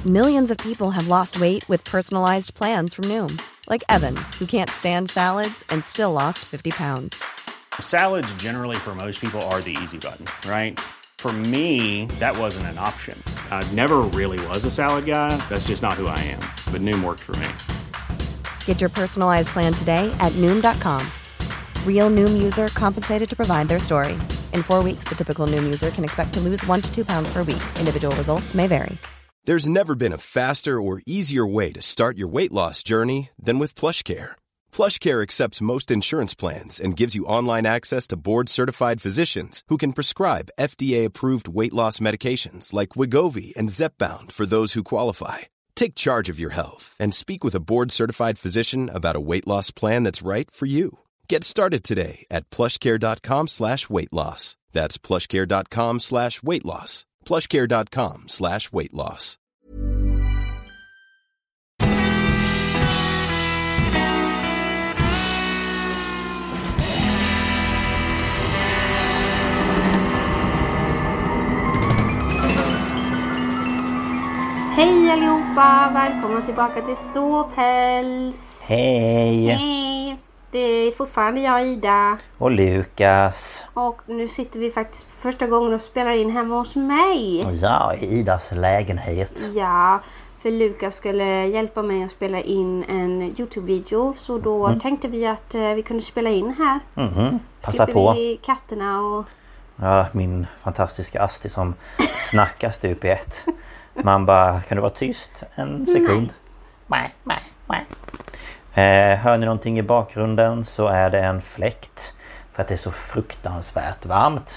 Millions of people have lost weight with personalized plans from Noom. Like Evan, who can't stand salads and still lost 50 pounds. Salads generally for most people are the easy button, right? For me, that wasn't an option. I never really was a salad guy. That's just not who I am. But Noom worked for me. Get your personalized plan today at Noom.com. Real Noom user compensated to provide their story. In 4 weeks, the typical Noom user can expect to lose 1 to 2 pounds per week. Individual results may vary. There's never been a faster or easier way to start your weight loss journey than with PlushCare. PlushCare accepts most insurance plans and gives you online access to board-certified physicians who can prescribe FDA-approved weight loss medications like Wegovy and Zepbound for those who qualify. Take charge of your health and speak with a board-certified physician about a weight loss plan that's right for you. Get started today at plushcare.com/weightloss. That's plushcare.com/weightloss. plushcare.com/weightloss. Hej allihopa, välkomna tillbaka till Ståpäls. Hej! Hej! Det är fortfarande jag, Ida. Och Lukas. Och nu sitter vi faktiskt första gången och spelar in hemma hos mig. Ja, i Idas lägenhet. Ja, för Lukas skulle hjälpa mig att spela in en YouTube-video. Så då tänkte vi att vi kunde spela in här. Passa på. Vi katterna och... Ja, min fantastiska Asti som snackar stup i ett. Man bara, kan du vara tyst en sekund? Nej. Hör ni någonting i bakgrunden så är det en fläkt. För att det är så fruktansvärt varmt.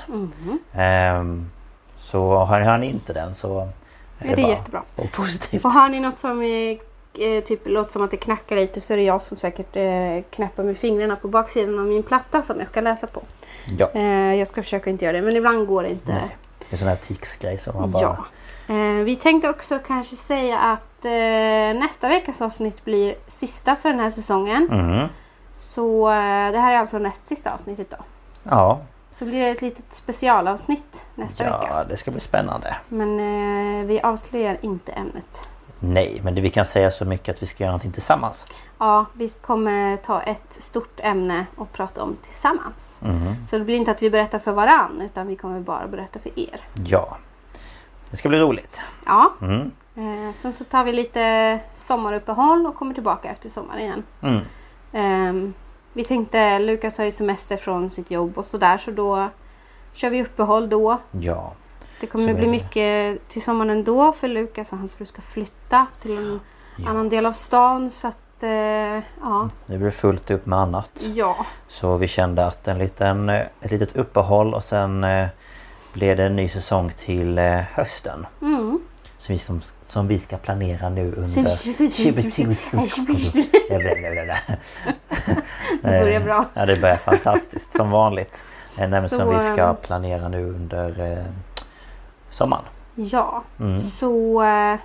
Så hör ni inte den så är det bara jättebra. Och positivt. Och har ni något som typ låter som att det knackar lite, så är det jag som säkert knäpper med fingrarna på baksidan av min platta som jag ska läsa på. Ja. Jag ska försöka inte göra det, men ibland går det inte. Nej, det är en sån här tics-grej som man bara... Ja. Vi tänkte också kanske säga att nästa veckas avsnitt blir sista för den här säsongen. Så det här är alltså näst sista avsnittet då. Ja. Så blir det ett litet specialavsnitt nästa vecka. Ja, det ska bli spännande. Men vi avslöjar inte ämnet. Nej, men det vi kan säga så mycket att vi ska göra någonting tillsammans. Ja, vi kommer ta ett stort ämne och prata om tillsammans. Så det blir inte att vi berättar för varann, utan vi kommer bara berätta för er. Ja, det ska bli roligt. Ja, sen så tar vi lite sommaruppehåll och kommer tillbaka efter sommaren igen. Vi tänkte, Lukas har ju semester från sitt jobb och sådär, så då kör vi uppehåll då. Ja. Det kommer bli mycket till sommaren ändå, för Lukas och hans fru ska flytta till en annan del av stan, så att ja. Det blir fullt upp med annat. Ja. Så vi kände att ett litet uppehåll och sen blev det en ny säsong till hösten. Som vi ska planera nu under... Det börjar bra. Ja, det börjar fantastiskt som vanligt. Som vi ska planera nu under sommaren. Ja, så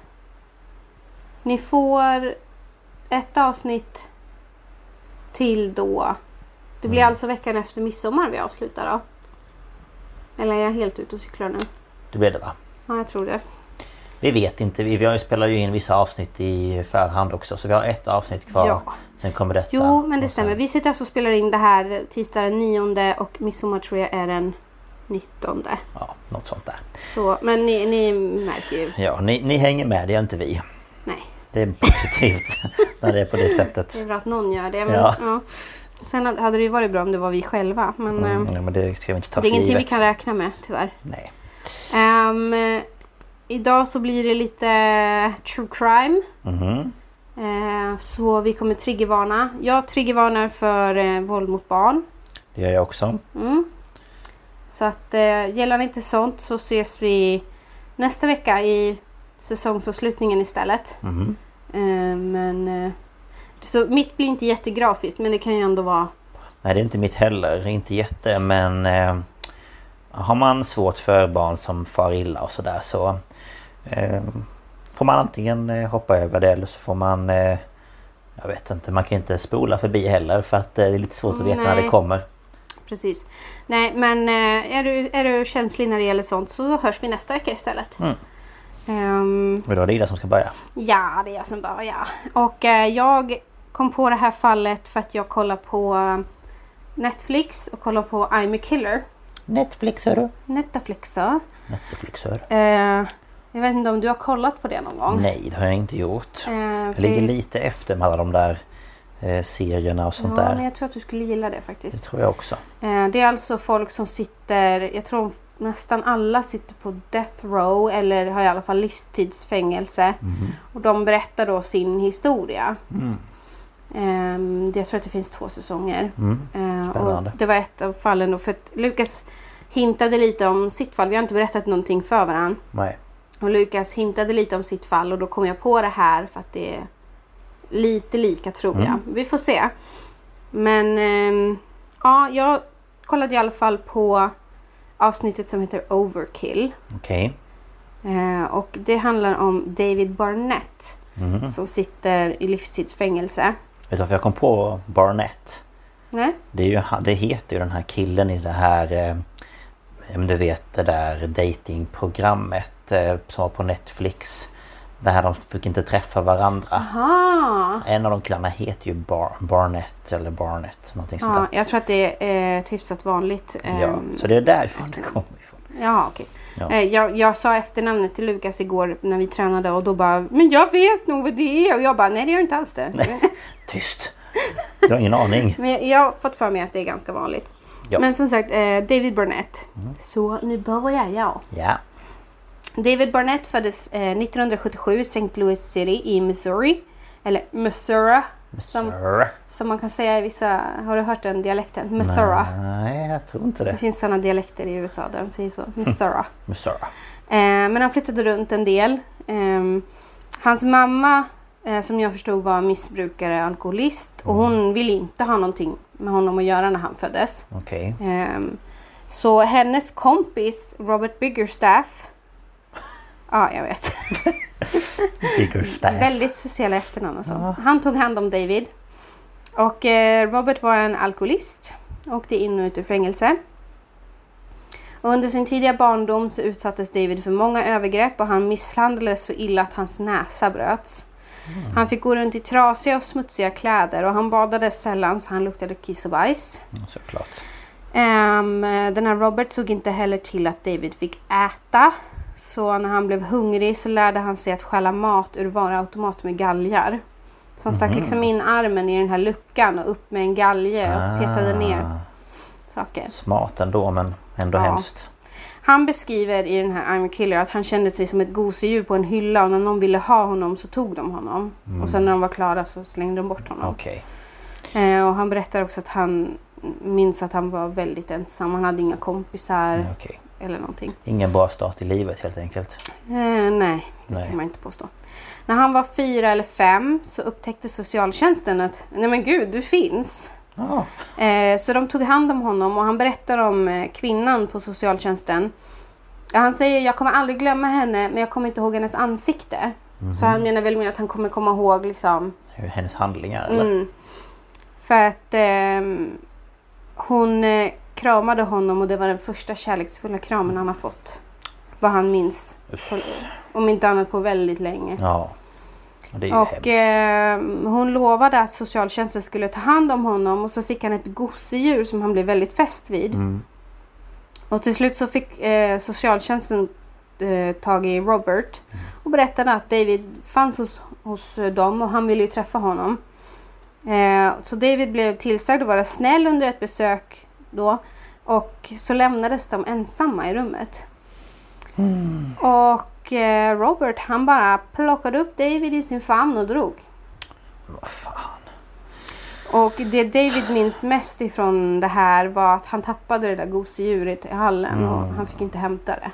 ni får ett avsnitt till då. Det blir alltså veckan efter midsommar vi avslutar då. Eller är jag helt ute och cyklar nu? Det blir det, va? Ja, jag tror det. Vi vet inte, vi har ju spelat ju in vissa avsnitt i förhand också, så vi har ett avsnitt kvar. Ja. Sen kommer detta. Jo, men det stämmer. Vi sitter alltså och spelar in det här tisdag den 9 och midsommar tror jag är den 19. Ja, något sånt där. Så, men ni märker ju. Ja, ni hänger med, det gör inte vi. Nej. Det är positivt när det är på det sättet. Det är bra att någon gör det. Men, ja. Sen hade det ju varit bra om det var vi själva. Men, men det ska vi inte ta för givet. Det är ingenting vi givet. kan räkna med, tyvärr. Nej. Idag så blir det lite true crime. Så vi kommer triggervarna. Jag triggervarnar för våld mot barn. Det gör jag också. Så att gäller det inte sånt så ses vi nästa vecka i säsongsavslutningen istället. Men så mitt blir inte jättegrafiskt, men det kan ju ändå vara... Nej, det är inte mitt heller. Inte jätte, men har man svårt för barn som far illa och sådär så får man antingen hoppa över det eller så får man jag vet inte, man kan inte spola förbi heller för att det är lite svårt att veta när det kommer. Precis. Nej, men är du känslig när det gäller sånt så hörs vi nästa vecka istället. Och då är det Ida som ska börja. Ja, det är jag som börjar. Och jag kom på det här fallet för att jag kollar på Netflix och kollar på I'm a Killer. Netflix, hör du? Netflix. Jag vet inte om du har kollat på det någon gång. Nej, det har jag inte gjort. Jag ligger lite efter med alla de där serierna och sånt där. Men jag tror att du skulle gilla det faktiskt. Det tror jag också. Det är alltså folk som sitter, jag tror nästan alla sitter på death row eller har i alla fall livstidsfängelse. Och de berättar då sin historia. Jag tror att det finns 2 säsonger. Spännande. Och det var ett av fallen då, för att Lukas hintade lite om sitt fall. Vi har inte berättat någonting för varandra. Nej. Och Lukas hintade lite om sitt fall och då kom jag på det här för att det är lite lika, tror jag. Vi får se. Men ja, jag kollade i alla fall på avsnittet som heter Overkill. Okej. Och det handlar om David Barnett som sitter i livstidsfängelse. Vet du varför jag kom på Barnett? Nej. Det heter ju den här killen i det här, du vet det där datingprogrammet som var på Netflix. Det här de fick inte träffa varandra. Aha. En av de killarna heter ju Barnett eller Barnett, någonting sånt där. Jag tror att det är ett hyfsat vanligt. Ja, så det är därifrån det kommer ifrån. Ja, okej. Ja. Jag sa efternamnet till Lukas igår när vi tränade och då bara, men jag vet nog vad det är. Och jag bara, nej det gör inte alls det. Nej, tyst. Du har ingen aning. Men jag har fått för mig att det är ganska vanligt. Ja. Men som sagt, David Barnett. Så nu börjar jag. Ja. David Barnett föddes 1977 i St. Louis City i Missouri. Eller Missouri. Som man kan säga i vissa... Har du hört den dialekten? Missouri. Nej, jag tror inte det. Det finns sådana dialekter i USA där de säger så. Missouri. Missouri. Men han flyttade runt en del. Hans mamma, som jag förstod, var missbrukare, alkoholist. Och hon ville inte ha någonting med honom att göra när han föddes. Okej. Så hennes kompis, Robert Biggerstaff... Ja, jag vet. Biggerstaff. Väldigt speciella efternamn alltså. Han tog hand om David. Och Robert var en alkoholist. Åkte in och ut ur fängelse. Och under sin tidiga barndom så utsattes David för många övergrepp. Och han misshandlades så illa att hans näsa bröts. Han fick gå runt i trasiga och smutsiga kläder. Och han badade sällan så han luktade kiss och bajs. Såklart. Den här Robert såg inte heller till att David fick äta. Så när han blev hungrig så lärde han sig att stjäla mat ur varuautomat med galgar. Så han stack liksom in armen i den här luckan och upp med en galge och petade ner saker. Smart ändå, men ändå hemskt. Han beskriver i den här I'm a Killer att han kände sig som ett gosedjur på en hylla och när någon ville ha honom så tog de honom. Och sen när de var klara så slängde de bort honom. Okej. Och han berättar också att han minns att han var väldigt ensam. Han hade inga kompisar. Okej. Eller någonting. Ingen bra start i livet helt enkelt. Nej, det kan man inte påstå. När han var 4 eller 5 så upptäckte socialtjänsten att nej men gud, du finns. Så de tog hand om honom och han berättar om kvinnan på socialtjänsten. Han säger, jag kommer aldrig glömma henne men jag kommer inte ihåg hennes ansikte. Så han menar väl med att han kommer komma ihåg liksom... Hennes handlingar eller? För att hon... kramade honom och det var den första kärleksfulla kramen han har fått. Vad han minns. Om inte annat på väldigt länge. Ja, det är ju hemskt. Hon lovade att socialtjänsten skulle ta hand om honom och så fick han ett gosedjur som han blev väldigt fäst vid. Och till slut så fick socialtjänsten tag i Robert och berättade att David fanns hos dem och han ville ju träffa honom. Så David blev tillsagd att vara snäll under ett besök då. Och så lämnades de ensamma i rummet. Och Robert han bara plockade upp David i sin famn och drog. Vad fan. Och det David minns mest ifrån det här var att han tappade det där gosedjuret i hallen och han fick inte hämta det.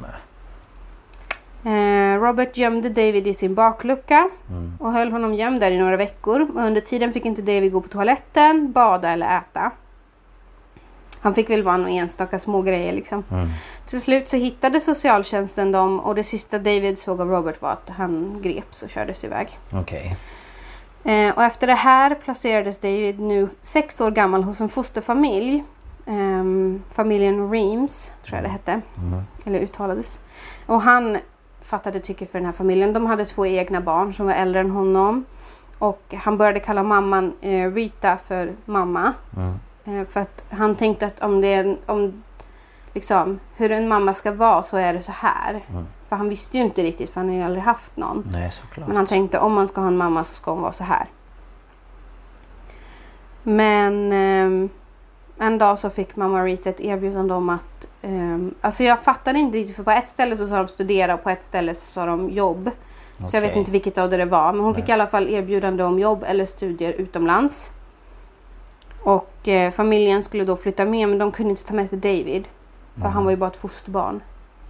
Robert gömde David i sin baklucka och höll honom gömd där i några veckor. Och under tiden fick inte David gå på toaletten, bada eller äta. Han fick väl vara några enstaka små grejer liksom. Till slut så hittade socialtjänsten dem och det sista David såg av Robert var att han greps och kördes iväg. Okej. Och efter det här placerades David nu 6 år gammal hos en fosterfamilj. Familjen Reams tror jag det hette. Eller uttalades. Och han fattade tycke för den här familjen. De hade 2 egna barn som var äldre än honom. Och han började kalla mamman Rita för mamma. För att han tänkte att om liksom, hur en mamma ska vara så är det så här. För han visste ju inte riktigt, för han har ju aldrig haft någon. Nej, såklart. Men han tänkte, om man ska ha en mamma så ska hon vara så här. Men en dag så fick mamma Rita ett erbjudande om att... alltså jag fattade inte riktigt, för på ett ställe så sa de studera och på ett ställe så sa de jobb. Så jag vet inte vilket av det var. Men hon fick i alla fall erbjudande om jobb eller studier utomlands. Och familjen skulle då flytta med, men de kunde inte ta med sig David. För han var ju bara ett fosterbarn.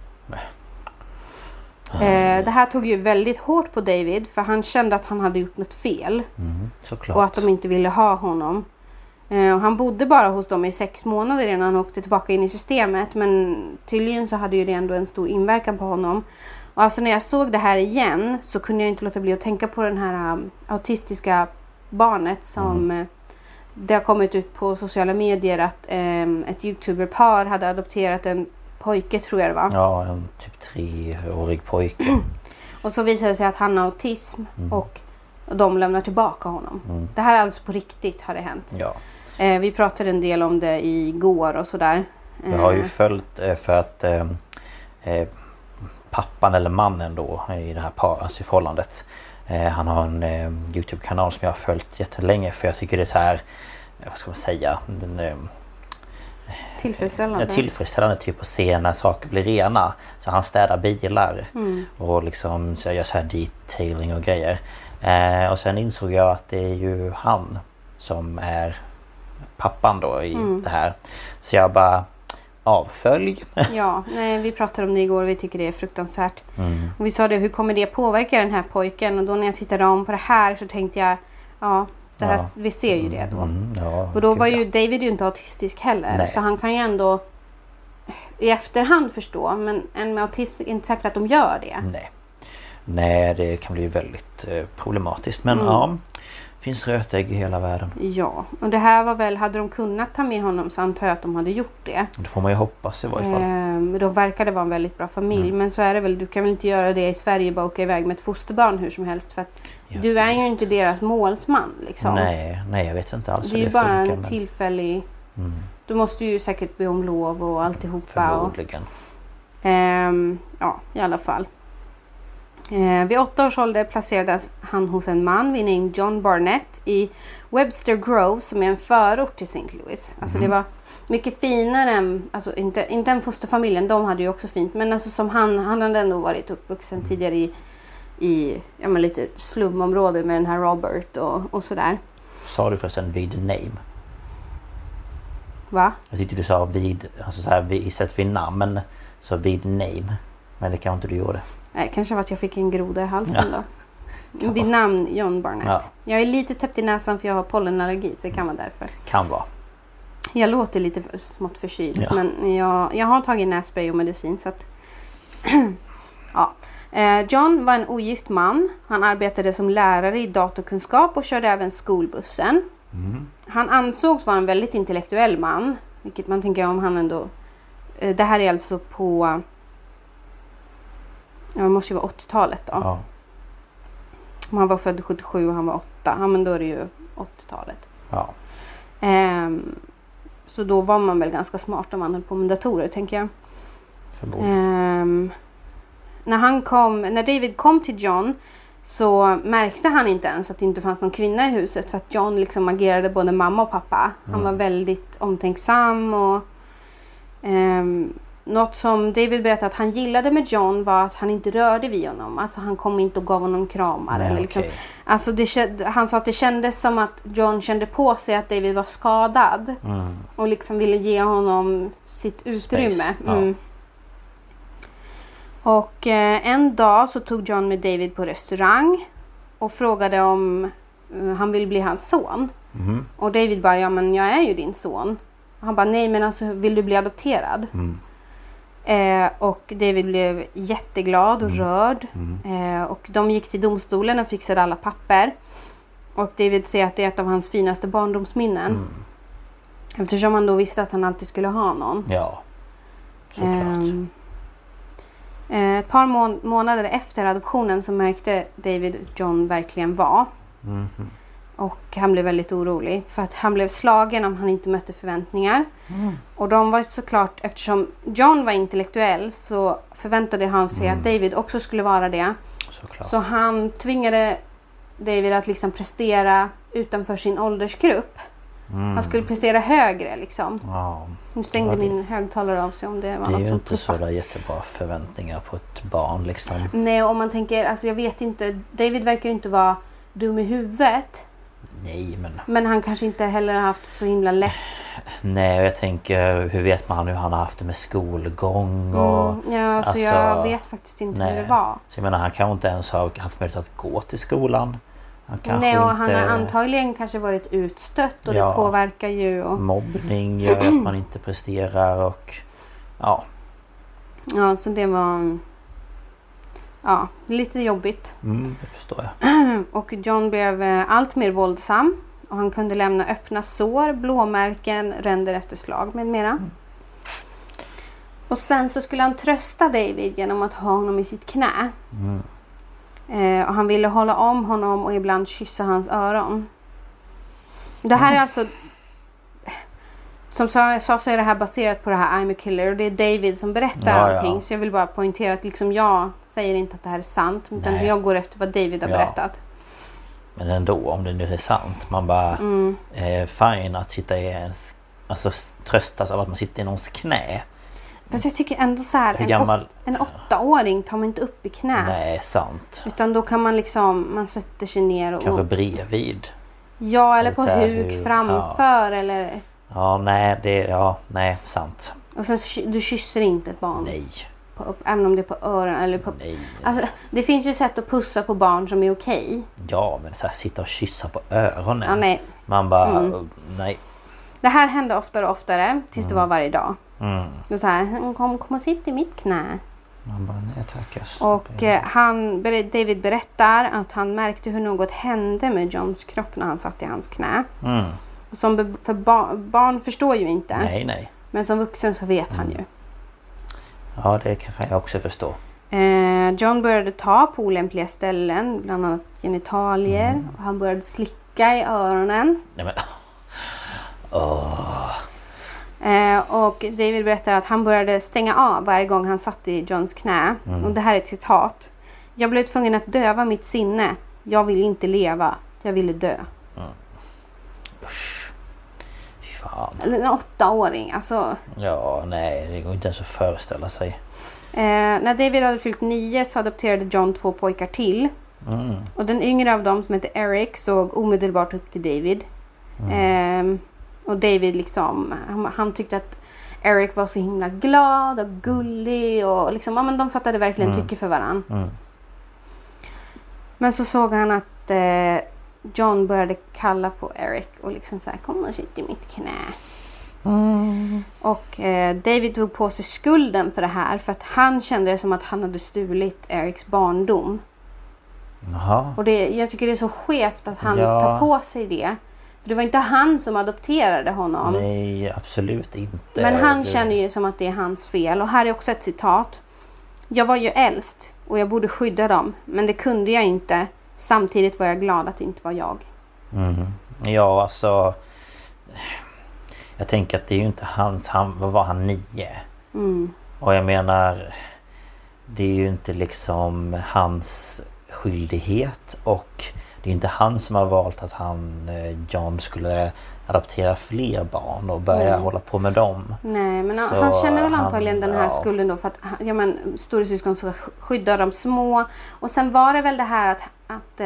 Det här tog ju väldigt hårt på David, för han kände att han hade gjort något fel. Såklart. Och att de inte ville ha honom. Och han bodde bara hos dem i 6 månader innan han åkte tillbaka in i systemet. Men tydligen så hade ju det ändå en stor inverkan på honom. Och alltså när jag såg det här igen så kunde jag inte låta bli att tänka på den här autistiska barnet som... Det har kommit ut på sociala medier att ett YouTuber-par hade adopterat en pojke, tror jag det var. Ja, en typ 3-årig pojke. Och så visade det sig att han har autism och de lämnar tillbaka honom. Det här är alltså på riktigt, har det hänt. Ja. Vi pratade en del om det igår och sådär. Jag har ju följt för att pappan eller mannen då i det här alltså i förhållandet. Han har en YouTube-kanal som jag har följt jättelänge, för jag tycker det är så här, vad ska man säga, tillfredsställande typ att se när saker blir rena. Så han städar bilar och liksom så jag gör så här detailing och grejer. Och sen insåg jag att det är ju han som är pappan då i det här. Så jag bara avfölj. Ja, nej, vi pratade om det igår och vi tycker det är fruktansvärt. Och vi sa det, hur kommer det påverka den här pojken? Och då när jag tittade om på det här så tänkte jag, det här, vi ser ju det då. Och då var ju David ju inte autistisk heller. Nej. Så han kan ju ändå i efterhand förstå, men en med autism är inte säkert att de gör det. Nej, det kan bli väldigt problematiskt. Men finns rötägg i hela världen. Ja, och det här var väl, hade de kunnat ta med honom så antar jag att de hade gjort det. Det får man ju hoppas i varje fall. Då verkar det vara en väldigt bra familj. Men så är det väl, du kan väl inte göra det i Sverige, bara åka iväg med ett fosterbarn hur som helst. För att du är ju inte deras målsman liksom. Nej, jag vet inte alls. Det är ju bara en tillfällig... Du måste ju säkert be om lov och alltihopa. Förmodligen. I alla fall. Vid 8 års ålder placerades han hos en man vid namn John Barnett i Webster Grove, som är en förort till St. Louis. Alltså det var mycket finare än, alltså inte en fosterfamiljen, de hade ju också fint, men alltså som han hade ändå varit uppvuxen tidigare i lite slumområde med den här Robert och sådär. Sa du förresten vid name? Va? Jag tyckte du sa vid, alltså så här istället för namn, så vid name. Men det kan inte du gjorde. Nej, kanske var att jag fick en groda i halsen då. Vid namn John Barnett. Ja. Jag är lite täppt i näsan för jag har pollenallergi, så det kan vara därför. Kan vara. Jag låter lite smått förkyld, men jag har tagit nässpray och medicin så att John var en ogift man. Han arbetade som lärare i datorkunskap och körde även skolbussen. Han ansågs vara en väldigt intellektuell man, vilket man tänker om han ändå. Det här är alltså på det måste ju vara 80-talet då. Ja. Om han var född 77 och han var 8. Ja, men då är det ju 80-talet. Ja. Så då var man väl ganska smart om man höll på med datorer, tänker jag. Förmodligen. När David kom till John så märkte han inte ens att det inte fanns någon kvinna i huset. För att John liksom agerade både mamma och pappa. Han var väldigt omtänksam och... något som David berättade att han gillade med John var att han inte rörde vid honom. Alltså han kom inte och gav honom kramar. Nej, eller liksom. Okay. Alltså han sa att det kändes som att John kände på sig att David var skadad. Och liksom ville ge honom sitt utrymme. Och en dag så tog John med David på restaurang. Och frågade om han ville bli hans son. Och David bara, ja men jag är ju din son. Och han bara, nej men alltså vill du bli adopterad? Och David blev jätteglad och rörd. Och de gick till domstolen och fixade alla papper. Och David säger att det är ett av hans finaste barndomsminnen. Eftersom han då visste att han alltid skulle ha någon. Ja, såklart. Ett par månader efter adoptionen så märkte David John verkligen var. Och han blev väldigt orolig för att han blev slagen om han inte mötte förväntningar. Och de var såklart, eftersom John var intellektuell så förväntade han sig att David också skulle vara det. Såklart. Så han tvingade David att liksom prestera utanför sin åldersgrupp. Han skulle prestera högre liksom. Ja. Nu stängde min högtalare av sig om det var Det är något ju som inte så där jättebra förväntningar på ett barn liksom. Nej, om man tänker, alltså jag vet inte, David verkar ju inte vara dum i huvudet. Nej, Men han kanske inte heller har haft det så himla lätt. Nej, jag tänker, hur vet man hur han har haft det med skolgång och... Ja, så jag vet faktiskt inte hur det var. Så jag menar, han kanske inte ens har haft möjlighet att gå till skolan. Nej, och han har antagligen kanske varit utstött och det påverkar ju. Och... Mobbning gör att man inte presterar och... Ja, så det var... Ja, lite jobbigt. Det förstår jag. Och John blev allt mer våldsam. Och han kunde lämna öppna sår, blåmärken, ränder efter slag med mera. Och sen så skulle han trösta David genom att ha honom i sitt knä. Och han ville hålla om honom och ibland kyssa hans öron. Det här är alltså... Som jag sa så är det här baserat på det här I'm a killer. Och det är David som berättar allting. Så jag vill bara poängtera att liksom jag säger inte att det här är sant. Utan jag går efter vad David har berättat. Men ändå, om det nu är sant. Man bara... fine att sitta i ens... Alltså tröstas av att man sitter i någons knä. Fast jag tycker ändå så här... En 8-åring tar man inte upp i knät. Nej, sant. Utan då kan man liksom... Man sätter sig ner och... Kanske bredvid. Ja, eller på huk framför eller... Ja, nej, sant. Och sen du kysser inte ett barn. Nej. Även om det är på öronen eller på... Nej. Alltså, det finns ju sätt att pussa på barn som är okej. Ja, men så här, sitta och kyssa på öronen. Ja, nej. Man bara, nej. Det här hände oftare och oftare tills det var varje dag. Det är så här, kom och sitt i mitt knä. Man bara, nej tack. Och David berättar att han märkte hur något hände med Johns kropp när han satt i hans knä. För barn förstår ju inte. Nej. Men som vuxen så vet han ju. Ja, det kan jag också förstå. John började ta på olämpliga ställen, bland annat genitalier. Och han började slicka i öronen. Nej, men... Och David berättar att han började stänga av varje gång han satt i Johns knä. Och det här är ett citat. Jag blev tvungen att döva mitt sinne. Jag ville inte leva. Jag ville dö. Usch. Fy fan. En 8-åring, alltså. Ja, nej, det går inte ens att föreställa sig. När David hade fyllt 9 så adopterade John 2 pojkar till. Och den yngre av dem som heter Eric såg omedelbart upp till David. Och David liksom, han tyckte att Eric var så himla glad och gullig och liksom, ja men de fattade verkligen tycke för varann. Men så såg han att John började kalla på Eric och liksom så här, kom och sitt i mitt knä. Och David tog på sig skulden för det här för att han kände det som att han hade stulit Erics barndom. Jaha. Och jag tycker det är så skevt att han tar på sig det. För det var inte han som adopterade honom. Nej, absolut inte. Men han känner ju som att det är hans fel. Och här är också ett citat. Jag var ju äldst och jag borde skydda dem. Men det kunde jag inte. Samtidigt var jag glad att det inte var jag. Ja, alltså... Jag tänker att det är ju inte hans... Vad var han, 9? Och jag menar... Det är ju inte liksom hans skyldighet. Och det är inte han som har valt att John skulle adoptera fler barn och börja hålla på med dem. Nej, men så han känner väl antagligen den här skulden då för att storasyskon ska skydda de små. Och sen var det väl det här att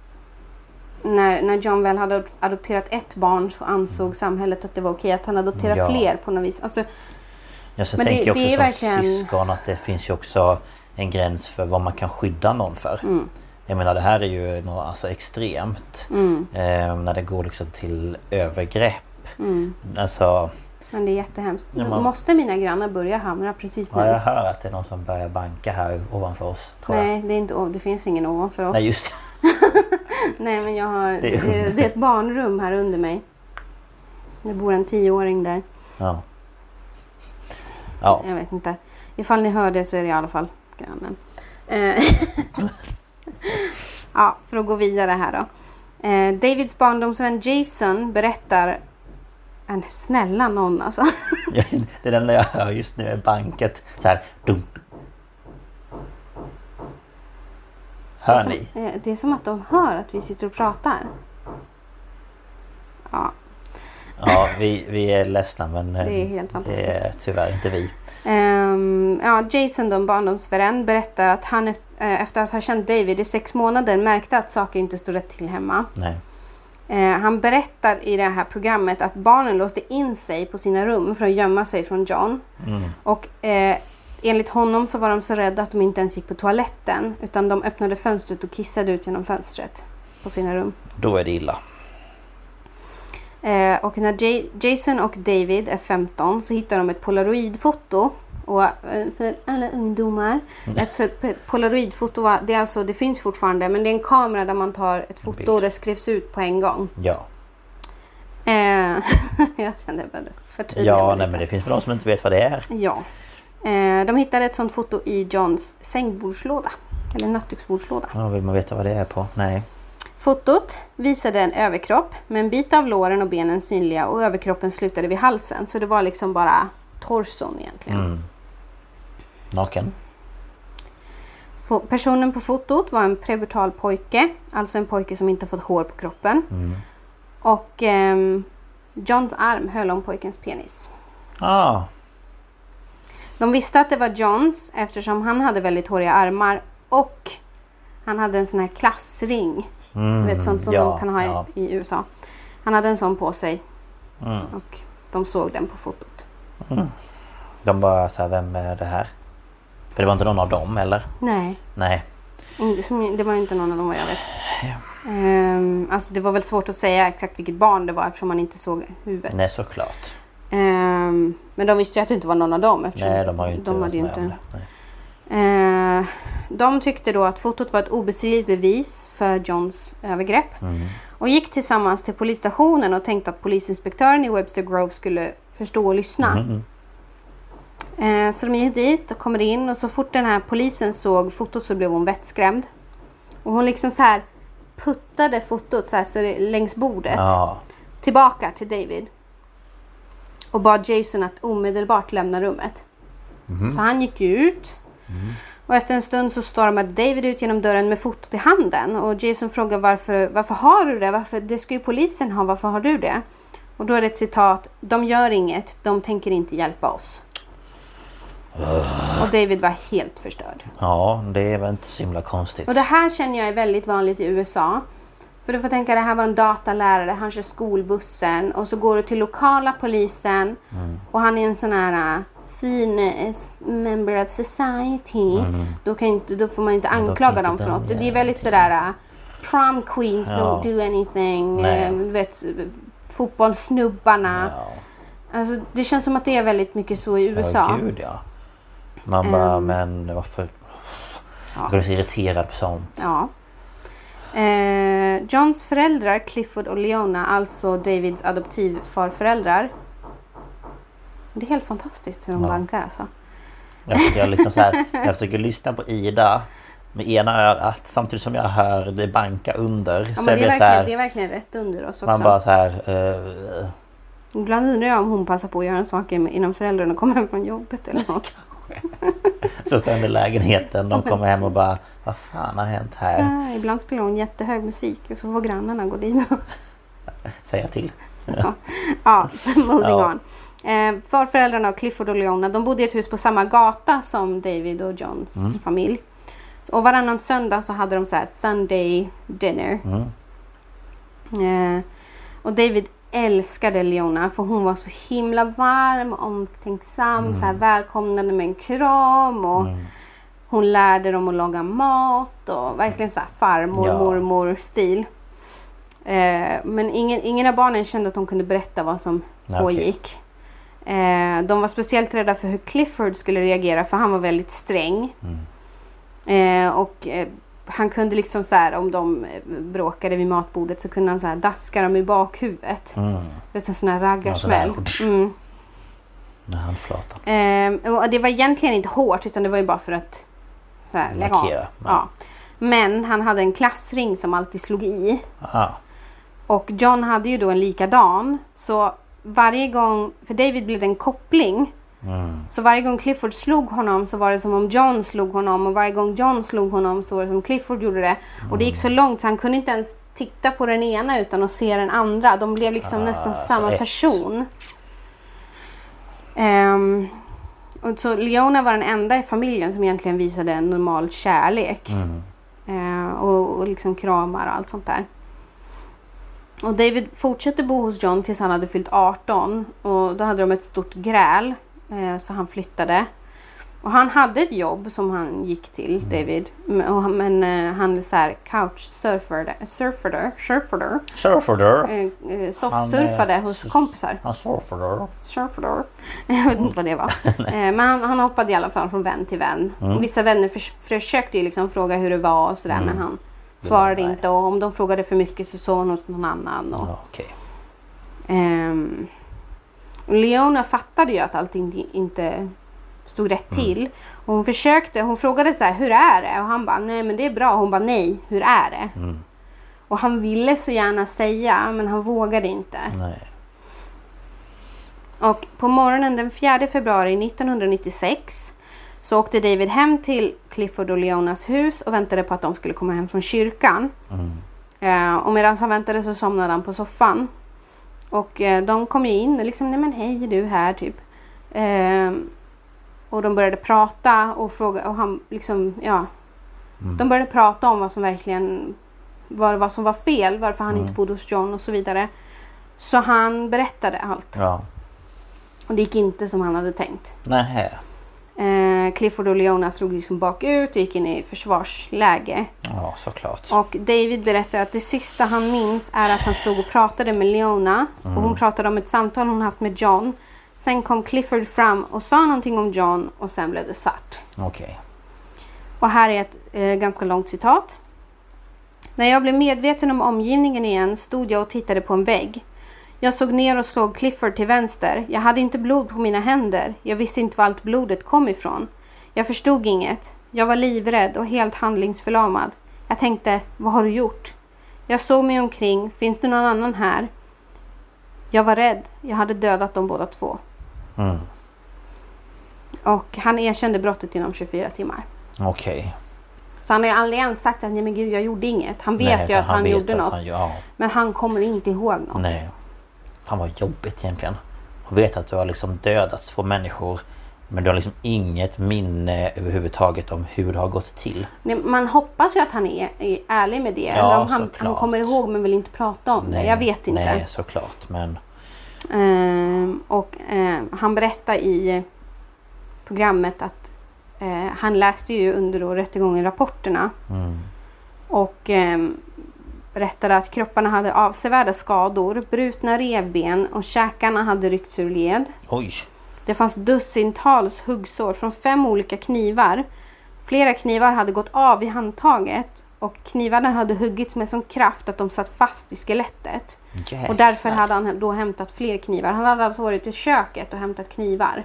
när John väl hade adopterat ett barn så ansåg samhället att det var okej att han adopterar fler på något vis. Alltså, så men tänker jag också som verkligen... syskon att det finns ju också en gräns för vad man kan skydda någon för. Jag menar, det här är ju något alltså extremt. När det går liksom till övergrepp. Alltså, men det är jättehemskt. Måste mina grannar börja hamra precis nu? Ja, jag hör att det är någon som börjar banka här ovanför oss. Tror Nej, jag. Det är inte, det finns ingen ovanför oss. Nej, just det. Nej, men jag har... Det är ett barnrum här under mig. Det bor en 10-åring där. Ja. Jag vet inte. Ifall ni hör det så är det i alla fall grannen. Ja, för att gå vidare här då. Davids barndomsvän Jason berättar... En snälla någon alltså. Ja, det är den jag hör just nu i banket. Så här, dunk. Hör ni? Det är som att de hör att vi sitter och pratar. Ja. Ja, vi är ledsna, men det är helt fantastiskt. Det är tyvärr inte vi. Jason, då, barndomsvän, berättar att han efter att ha känt David i 6 månader märkte att saker inte stod rätt till hemma. Nej. Han berättar i det här programmet att barnen låste in sig på sina rum för att gömma sig från John. Och enligt honom så var de så rädda att de inte ens gick på toaletten, utan de öppnade fönstret och kissade ut genom fönstret på sina rum. Då är det illa. Och när Jason och David är 15 så hittar de ett polaroidfoto. Och för alla ungdomar, ett polaroidfoto, det finns fortfarande, men det är en kamera där man tar ett foto och det skrivs ut på en gång. Ja. Jag kände bara förtydliga. Ja, nej, men det finns för de som inte vet vad det är. Ja. De hittade ett sånt foto i Johns sängbordslåda, eller nattduksbordslåda. Ja, vill man veta vad det är på? Nej. Fotot visade en överkropp med en bit av låren och benen synliga, och överkroppen slutade vid halsen. Så det var liksom bara torson egentligen. Naken. Personen på fotot var en prepubertal pojke, alltså en pojke som inte fått hår på kroppen. Och Johns arm höll om pojkens penis. De visste att det var Johns eftersom han hade väldigt håriga armar och han hade en sån här klassring. Du vet, sånt som de kan ha i USA. Han hade en sån på sig. Och de såg den på fotot. De bara så här, vem är det här? För det var inte någon av dem, eller? Nej. Det var inte någon av dem, vad jag vet. Alltså det var väl svårt att säga exakt vilket barn det var eftersom man inte såg huvudet. Nej, såklart. Men de visste ju att det inte var någon av dem. Nej, de har ju inte varit med om det. Nej. De tyckte då att fotot var ett obestridligt bevis för Johns övergrepp. Och gick tillsammans till polisstationen och tänkte att polisinspektören i Webster Grove skulle förstå och lyssna. Så de gick dit och kommer in, och så fort den här polisen såg fotot så blev hon vettskrämd. Och hon liksom så här puttade fotot så här, så det, längs bordet tillbaka till David. Och bad Jason att omedelbart lämna rummet. Så han gick ut. Och efter en stund så stormade David ut genom dörren med fotot i handen. Och Jason frågar varför har du det? Det ska ju polisen ha, varför har du det? Och då är det ett citat: de gör inget, de tänker inte hjälpa oss. Och David var helt förstörd. Ja, det är väl inte så himla konstigt. Och det här känner jag är väldigt vanligt i USA. För du får tänka, det här var en datalärare, han kör skolbussen. Och så går du till lokala polisen. Och han är en sån här fin member of society. Då får man inte anklaga dem för något. Det är väldigt sådär prom queens don't do anything. Vet, fotbollssnubbarna. Alltså, det känns som att det är väldigt mycket så i USA. Ja, gud ja. Man bara, men varför? Jag blir så irriterad på sånt. Ja. Johns föräldrar, Clifford och Leona, alltså Davids adoptivfarföräldrar. Det är helt fantastiskt hur de bankar alltså. Jag försöker lyssna på Ida med ena örat samtidigt som jag hör det banka under. Ja, så men det är verkligen rätt under oss också. Man bara så här... Ibland undrar jag om hon passar på att göra saker innan föräldrarna kommer hem från jobbet eller något. Så sönder lägenheten. De kommer hem och bara, vad fan har hänt här? Ja, ibland spelar hon jättehög musik och så får grannarna gå dit och säga till. Moving on. Föräldrarna och Clifford och Leona, de bodde i ett hus på samma gata som David och Johns familj. Och varannan söndag så hade de så här Sunday dinner. Och David älskade Leona för hon var så himla varm, omtänksam, så här välkomnande med en kram, och hon lärde dem att laga mat och verkligen så här farmor, mormor stil. Men ingen av barnen kände att de kunde berätta vad som pågick. De var speciellt rädda för hur Clifford skulle reagera, för han var väldigt sträng. Och han kunde liksom så här, om de bråkade vid matbordet så kunde han så här daska dem i bakhuvudet. Vet du, en sån här raggarsmäll. När han flatar. Och det var egentligen inte hårt, utan det var ju bara för att Så här, markera. Ja. Men han hade en klassring som alltid slog i. Aha. Och John hade ju då en likadan. Så varje gång, för David blev det en koppling. Så varje gång Clifford slog honom så var det som om John slog honom. Och varje gång John slog honom så var det som Clifford gjorde det. Och det gick så långt så han kunde inte ens titta på den ena utan att se den andra. De blev liksom nästan samma person. Och så Leona var den enda i familjen som egentligen visade en normal kärlek. Och liksom kramar och allt sånt där. Och David fortsatte bo hos John tills han hade fyllt 18. Och då hade de ett stort gräl. Så han flyttade. Och han hade ett jobb som han gick till, David. Men han är så här couchsurfade. Surfade. Surfade hos kompisar. Han surfade. Jag vet inte vad det var. Men han hoppade i alla fall från vän till vän. Och vissa vänner försökte ju liksom fråga hur det var och sådär. Men han svarade inte. Och om de frågade för mycket så såg hon hos någon annan. Och, Leona fattade ju att allting inte stod rätt till. Och hon frågade så här, hur är det? Och han bara, nej men det är bra. Och hon bara, nej, hur är det? Och han ville så gärna säga, men han vågade inte. Nej. Och på morgonen den 4 februari 1996 så åkte David hem till Clifford och Leonas hus och väntade på att de skulle komma hem från kyrkan. Och medan han väntade så somnade han på soffan. Och de kom ju in och liksom, nej men hej, är du här typ. Och de började prata och fråga, och han liksom, de började prata om vad som verkligen vad som var fel, varför han inte bodde hos John och så vidare. Så han berättade allt. Ja. Och det gick inte som han hade tänkt. Nej. Clifford och Leona slog liksom bakut och gick in i försvarsläge. Ja, såklart. Och David berättade att det sista han minns är att han stod och pratade med Leona. Och hon pratade om ett samtal hon haft med John. Sen kom Clifford fram och sa någonting om John och sen blev det svart. Okej. Och här är ett ganska långt citat. När jag blev medveten om omgivningen igen stod jag och tittade på en vägg. Jag såg ner och såg Clifford till vänster. Jag hade inte blod på mina händer. Jag visste inte var allt blodet kom ifrån. Jag förstod inget. Jag var livrädd och helt handlingsförlamad. Jag tänkte, vad har du gjort? Jag såg mig omkring. Finns det någon annan här? Jag var rädd. Jag hade dödat dem båda två. Och han erkände brottet inom 24 timmar. Okej. Så han har aldrig ens sagt att nej men gud, jag gjorde inget. Han vet ju att han gjorde något. Men han kommer inte ihåg något. Nej. Fan vad jobbigt egentligen. Och vet att du har liksom dödat 2 människor. Men du har liksom inget minne överhuvudtaget om hur det har gått till. Nej, man hoppas ju att han är ärlig med det. Ja, eller om han kommer ihåg men vill inte prata om det. Jag vet inte. Nej, såklart. Men... han berättar i programmet att han läste ju under rättegången rapporterna. Och berättade att kropparna hade avsevärda skador, brutna revben och käkarna hade ryckts ur led. Oj. Det fanns dussintals huggsår från 5 olika knivar. Flera knivar hade gått av i handtaget och knivarna hade huggits med sån kraft att de satt fast i skelettet. Jäklar. Och därför hade han då hämtat fler knivar. Han hade alltså varit i köket och hämtat knivar.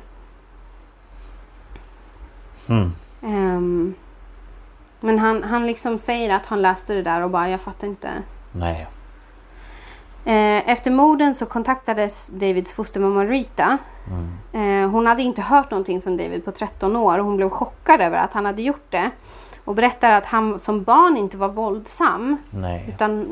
Men han liksom säger att han läste det där och bara, jag fattar inte. Nej. Efter morden så kontaktades Davids fostermamma Rita. Hon hade inte hört någonting från David på 13 år och hon blev chockad över att han hade gjort det. Och berättade att han som barn inte var våldsam. Nej. Utan,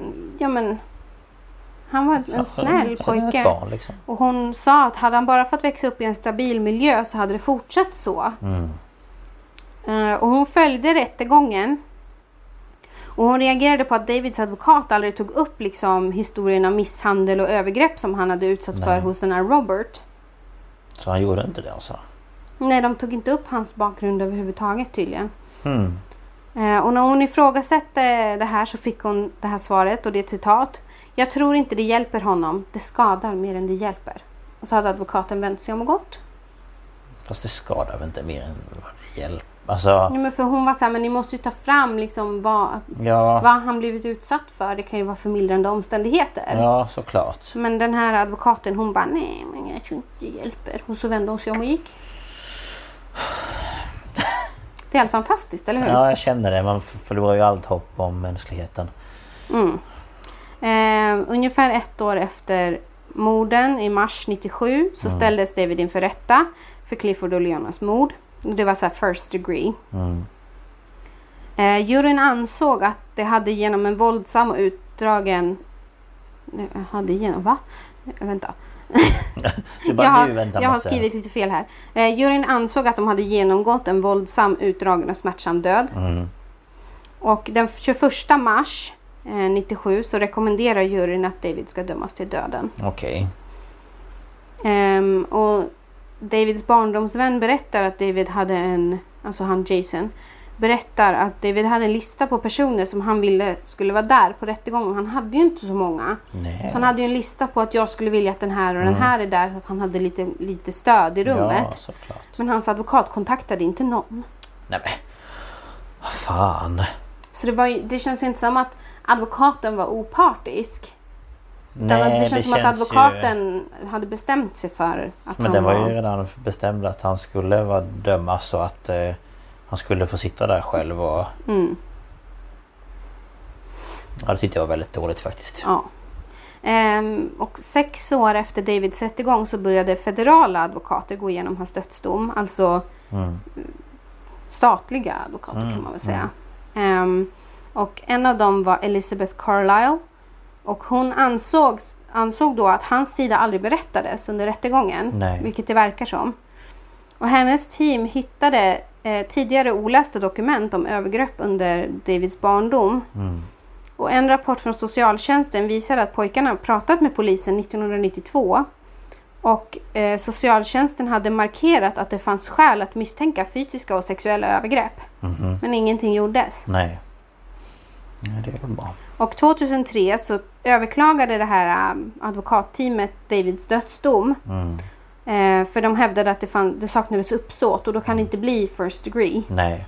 han var en snäll pojke. Ett barn, liksom. Och hon sa att hade han bara fått växa upp i en stabil miljö så hade det fortsatt så. Och hon följde rättegången. Och hon reagerade på att Davids advokat aldrig tog upp liksom historien av misshandel och övergrepp som han hade utsatts för hos den här Robert. Så han gjorde inte det alltså? Nej, de tog inte upp hans bakgrund överhuvudtaget tydligen. Och när hon ifrågasatte det här så fick hon det här svaret och det är ett citat. Jag tror inte det hjälper honom. Det skadar mer än det hjälper. Och så hade advokaten vänt sig om och gått. Fast det skadar väl inte mer än vad det hjälper? Alltså... Nej, men för hon var så här, men ni måste ju ta fram liksom vad han blivit utsatt för. Det kan ju vara förmildrande omständigheter. Ja, såklart. Men den här advokaten, hon bara, nej men jag tror inte det hjälper. Och så vände hon sig om och gick. Det är helt fantastiskt, eller hur? Ja, jag känner det. Man förlorar ju allt hopp om mänskligheten. Ungefär 1 år efter morden i mars 97 så ställdes David inför rätta för Clifford och Leonas mord. Det var så här first degree. Juryn ansåg att det hade genom en våldsam och utdragen... Vänta. Jag har skrivit lite fel här. Juryn ansåg att de hade genomgått en våldsam, utdragen och smärtsam död. Och den 21 mars 97 så rekommenderar juryn att David ska dömas till döden. Okej. Och Davids barndomsvän berättar att David hade han Jason berättar att David hade en lista på personer som han ville skulle vara där på rättegången. Han hade ju inte så många. Nej. Så han hade ju en lista på att jag skulle vilja att den här och den här är där, så att han hade lite stöd i rummet. Ja, såklart. Men hans advokat kontaktade inte någon. Nej men, vad fan. Så det känns inte som att advokaten var opartisk. Nej, det känns som att advokaten hade bestämt sig för att men den var ju redan bestämd att han skulle vara dömas så att han skulle få sitta där själv och... Ja, det tyckte jag var väldigt dåligt faktiskt. Ja. Och 6 år efter Davids rättegång så började federala advokater gå igenom hans dödsdom. Alltså statliga advokater kan man väl säga. Och en av dem var Elizabeth Carlisle. Och hon ansåg då att hans sida aldrig berättades under rättegången. Nej. Vilket det verkar som. Och hennes team hittade tidigare olästa dokument om övergrepp under Davids barndom. Och en rapport från socialtjänsten visar att pojkarna pratat med polisen 1992. Och socialtjänsten hade markerat att det fanns skäl att misstänka fysiska och sexuella övergrepp. Men ingenting gjordes. Nej. Ja, det är väl bra. Och 2003 så överklagade det här advokatteamet Davids dödsdom. För de hävdade att det saknades uppsåt och då kan det inte bli first degree. Nej.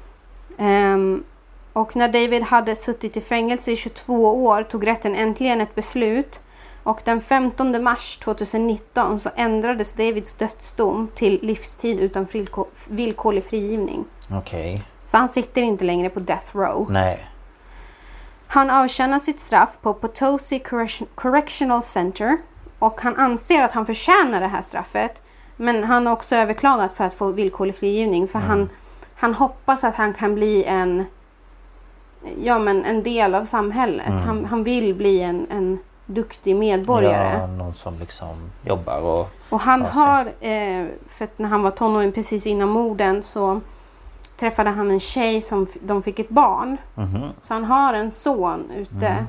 Och när David hade suttit i fängelse i 22 år tog rätten äntligen ett beslut. Och den 15 mars 2019 så ändrades Davids dödsdom till livstid utan villkorlig frigivning. Okej. Så han sitter inte längre på death row. Nej. Han avtjänar sitt straff på Potosi Correctional Center. Och han anser att han förtjänar det här straffet. Men han har också överklagat för att få villkorlig frigivning. För han hoppas att han kan bli en del av samhället. Han vill bli en duktig medborgare. Ja, någon som liksom jobbar och han har, för att när han var tonåring precis innan morden så träffade han en tjej som de fick ett barn. Så han har en son ute.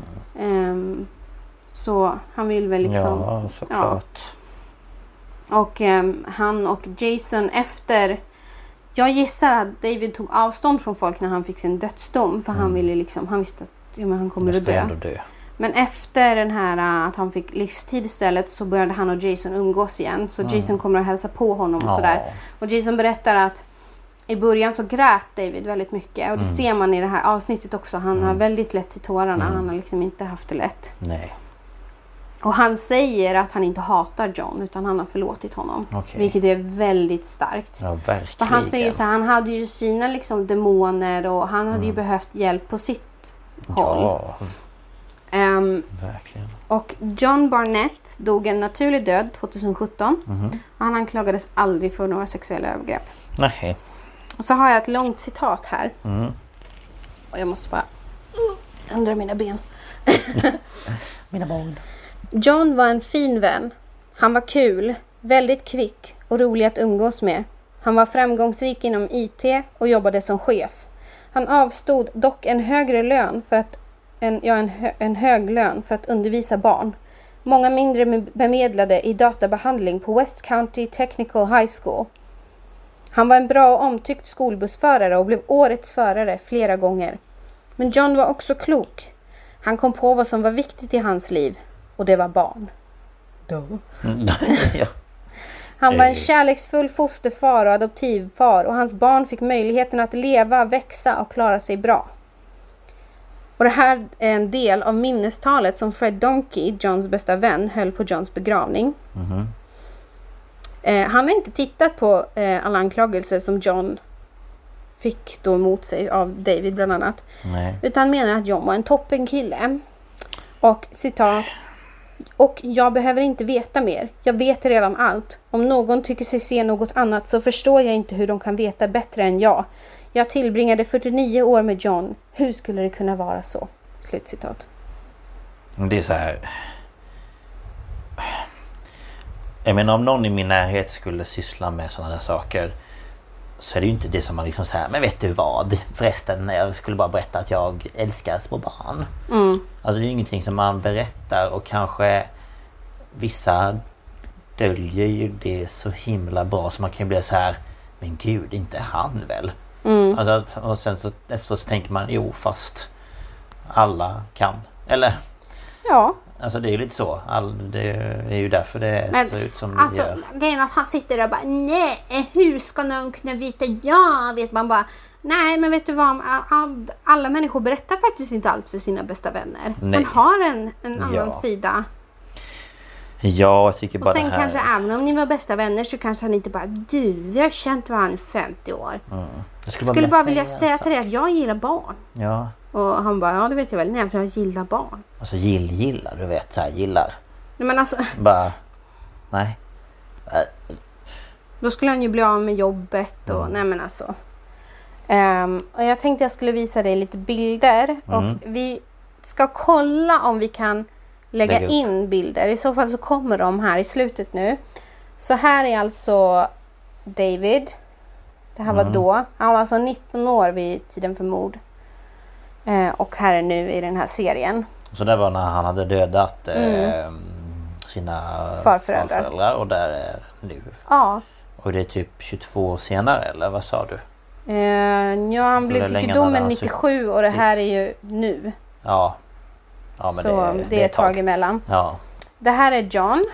Så han vill väl liksom... Ja, såklart. Ja. Och han och Jason efter... Jag gissar att David tog avstånd från folk när han fick sin dödsdom. För han ville liksom... Han visste att han kommer att dö. Men efter den här att han fick livstid istället så började han och Jason umgås igen. Så Jason kommer att hälsa på honom och sådär. Och Jason berättar att i början så grät David väldigt mycket. Och det ser man i det här avsnittet också. Han har väldigt lätt till tårarna. Han har liksom inte haft det lätt. Nej. Och han säger att han inte hatar John utan han har förlåtit honom. Okay. Vilket är väldigt starkt. Ja, verkligen. För han säger så här, han hade ju sina liksom demoner och han hade ju behövt hjälp på sitt håll. Ja, verkligen. Och John Barnett dog en naturlig död 2017. Och han anklagades aldrig för några sexuella övergrepp. Nej. Och så har jag ett långt citat här. Och jag måste bara ändra mina ben. Mina barn. John var en fin vän. Han var kul, väldigt kvick och rolig att umgås med. Han var framgångsrik inom IT och jobbade som chef. Han avstod dock en hög lön för att undervisa barn. Många mindre bemedlade i databehandling på West County Technical High School. Han var en bra och omtyckt skolbussförare och blev årets förare flera gånger. Men John var också klok. Han kom på vad som var viktigt i hans liv. Och det var barn. Ja. Han var en kärleksfull fosterfar och adoptivfar. Och hans barn fick möjligheten att leva, växa och klara sig bra. Och det här är en del av minnestalet som Fred Donkey, Johns bästa vän, höll på Johns begravning. Han har inte tittat på alla anklagelser som John fick då emot sig av David bland annat. Nej. Utan menar att John var en toppen kille. Och citat: och jag behöver inte veta mer. Jag vet redan allt. Om någon tycker sig se något annat så förstår jag inte hur de kan veta bättre än jag. Jag tillbringade 49 år med John. Hur skulle det kunna vara så? Slutcitat. Det är så här. Jag menar, om någon i min närhet skulle syssla med sådana där saker, så är det ju inte det som man liksom säger, men vet du vad? Förresten, jag skulle bara berätta att jag älskar små barn. Alltså det är ju ingenting som man berättar, och kanske vissa döljer ju det så himla bra så man kan ju bli så här, men gud, inte han väl? Alltså, och sen så efteråt så tänker man, jo fast alla kan. Eller? Ja. Alltså det är ju lite så. Det är ju därför det ser ut som alltså, det gör. Det är att han sitter där och bara, nej, hur ska någon kunna veta? Ja, vet man bara, nej, men vet du vad? Alla människor berättar faktiskt inte allt för sina bästa vänner. Nej. Man har en annan sida. Ja, jag tycker bara och sen det här... kanske även om ni var bästa vänner så kanske han inte bara, du, vi har känt varandra i 50 år. Jag skulle bara vilja säga till dig att jag gillar barn. Ja. Och han bara, ja det vet jag väl. Nej, alltså jag gillar barn. Alltså gillar, du vet, så här, gillar. Nej, men alltså... Bara, nej. Då skulle han ju bli av med jobbet och, nej men alltså. Och jag tänkte jag skulle visa dig lite bilder. Och vi ska kolla om vi kan lägga in bilder. I så fall så kommer de här i slutet nu. Så här är alltså David. Det här var då. Han var alltså 19 år vid tiden för mord. Och här är nu i den här serien. Så det var när han hade dödat sina farföräldrar, och där är nu. Ja. Och det är typ 22 år senare, eller vad sa du? Ja, han fick ju domen 97 och det här är ju nu. Ja. Ja, men så det är ett tag emellan. Ja. Det här är John.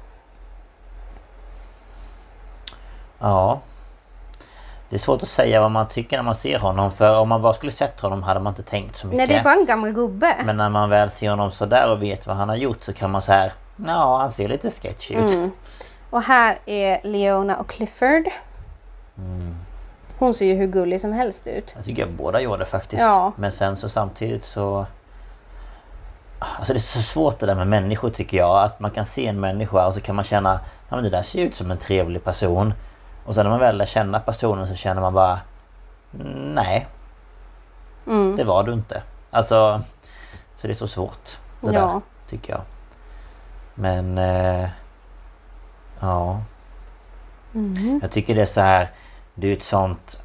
Ja. Det är svårt att säga vad man tycker när man ser honom. För om man bara skulle sett honom hade man inte tänkt så mycket. Nej, det är bara en gammal gubbe. Men när man väl ser honom så där och vet vad han har gjort så kan man säga, ja, han ser lite sketchy ut. Och här är Leona och Clifford. Hon ser ju hur gullig som helst ut. Jag tycker båda gjorde faktiskt. Ja. Men sen så samtidigt så... Alltså det är så svårt det där med människor, tycker jag. Att man kan se en människa och så kan man känna, ja men det där ser ut som en trevlig person. Och sen när man väl lär känna personen så känner man bara, nej. Det var du inte. Alltså, så det är så svårt det där, tycker jag. Men ja. Jag tycker det är så här, det är ett sånt,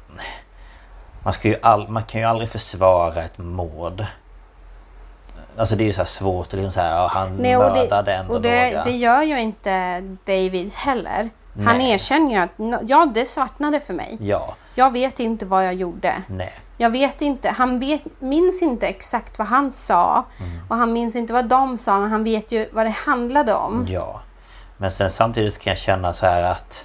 man kan ju aldrig försvara ett mord. Alltså det är ju så här svårt att liksom säga, han mördade ändå och det gör ju inte David heller. Nej. Han erkänner ju att ja, det svartnade för mig. Ja. Jag vet inte vad jag gjorde. Nej. Jag vet inte. Minns inte exakt vad han sa. Och han minns inte vad de sa. Men han vet ju vad det handlade om. Ja. Men sen samtidigt kan jag känna så här att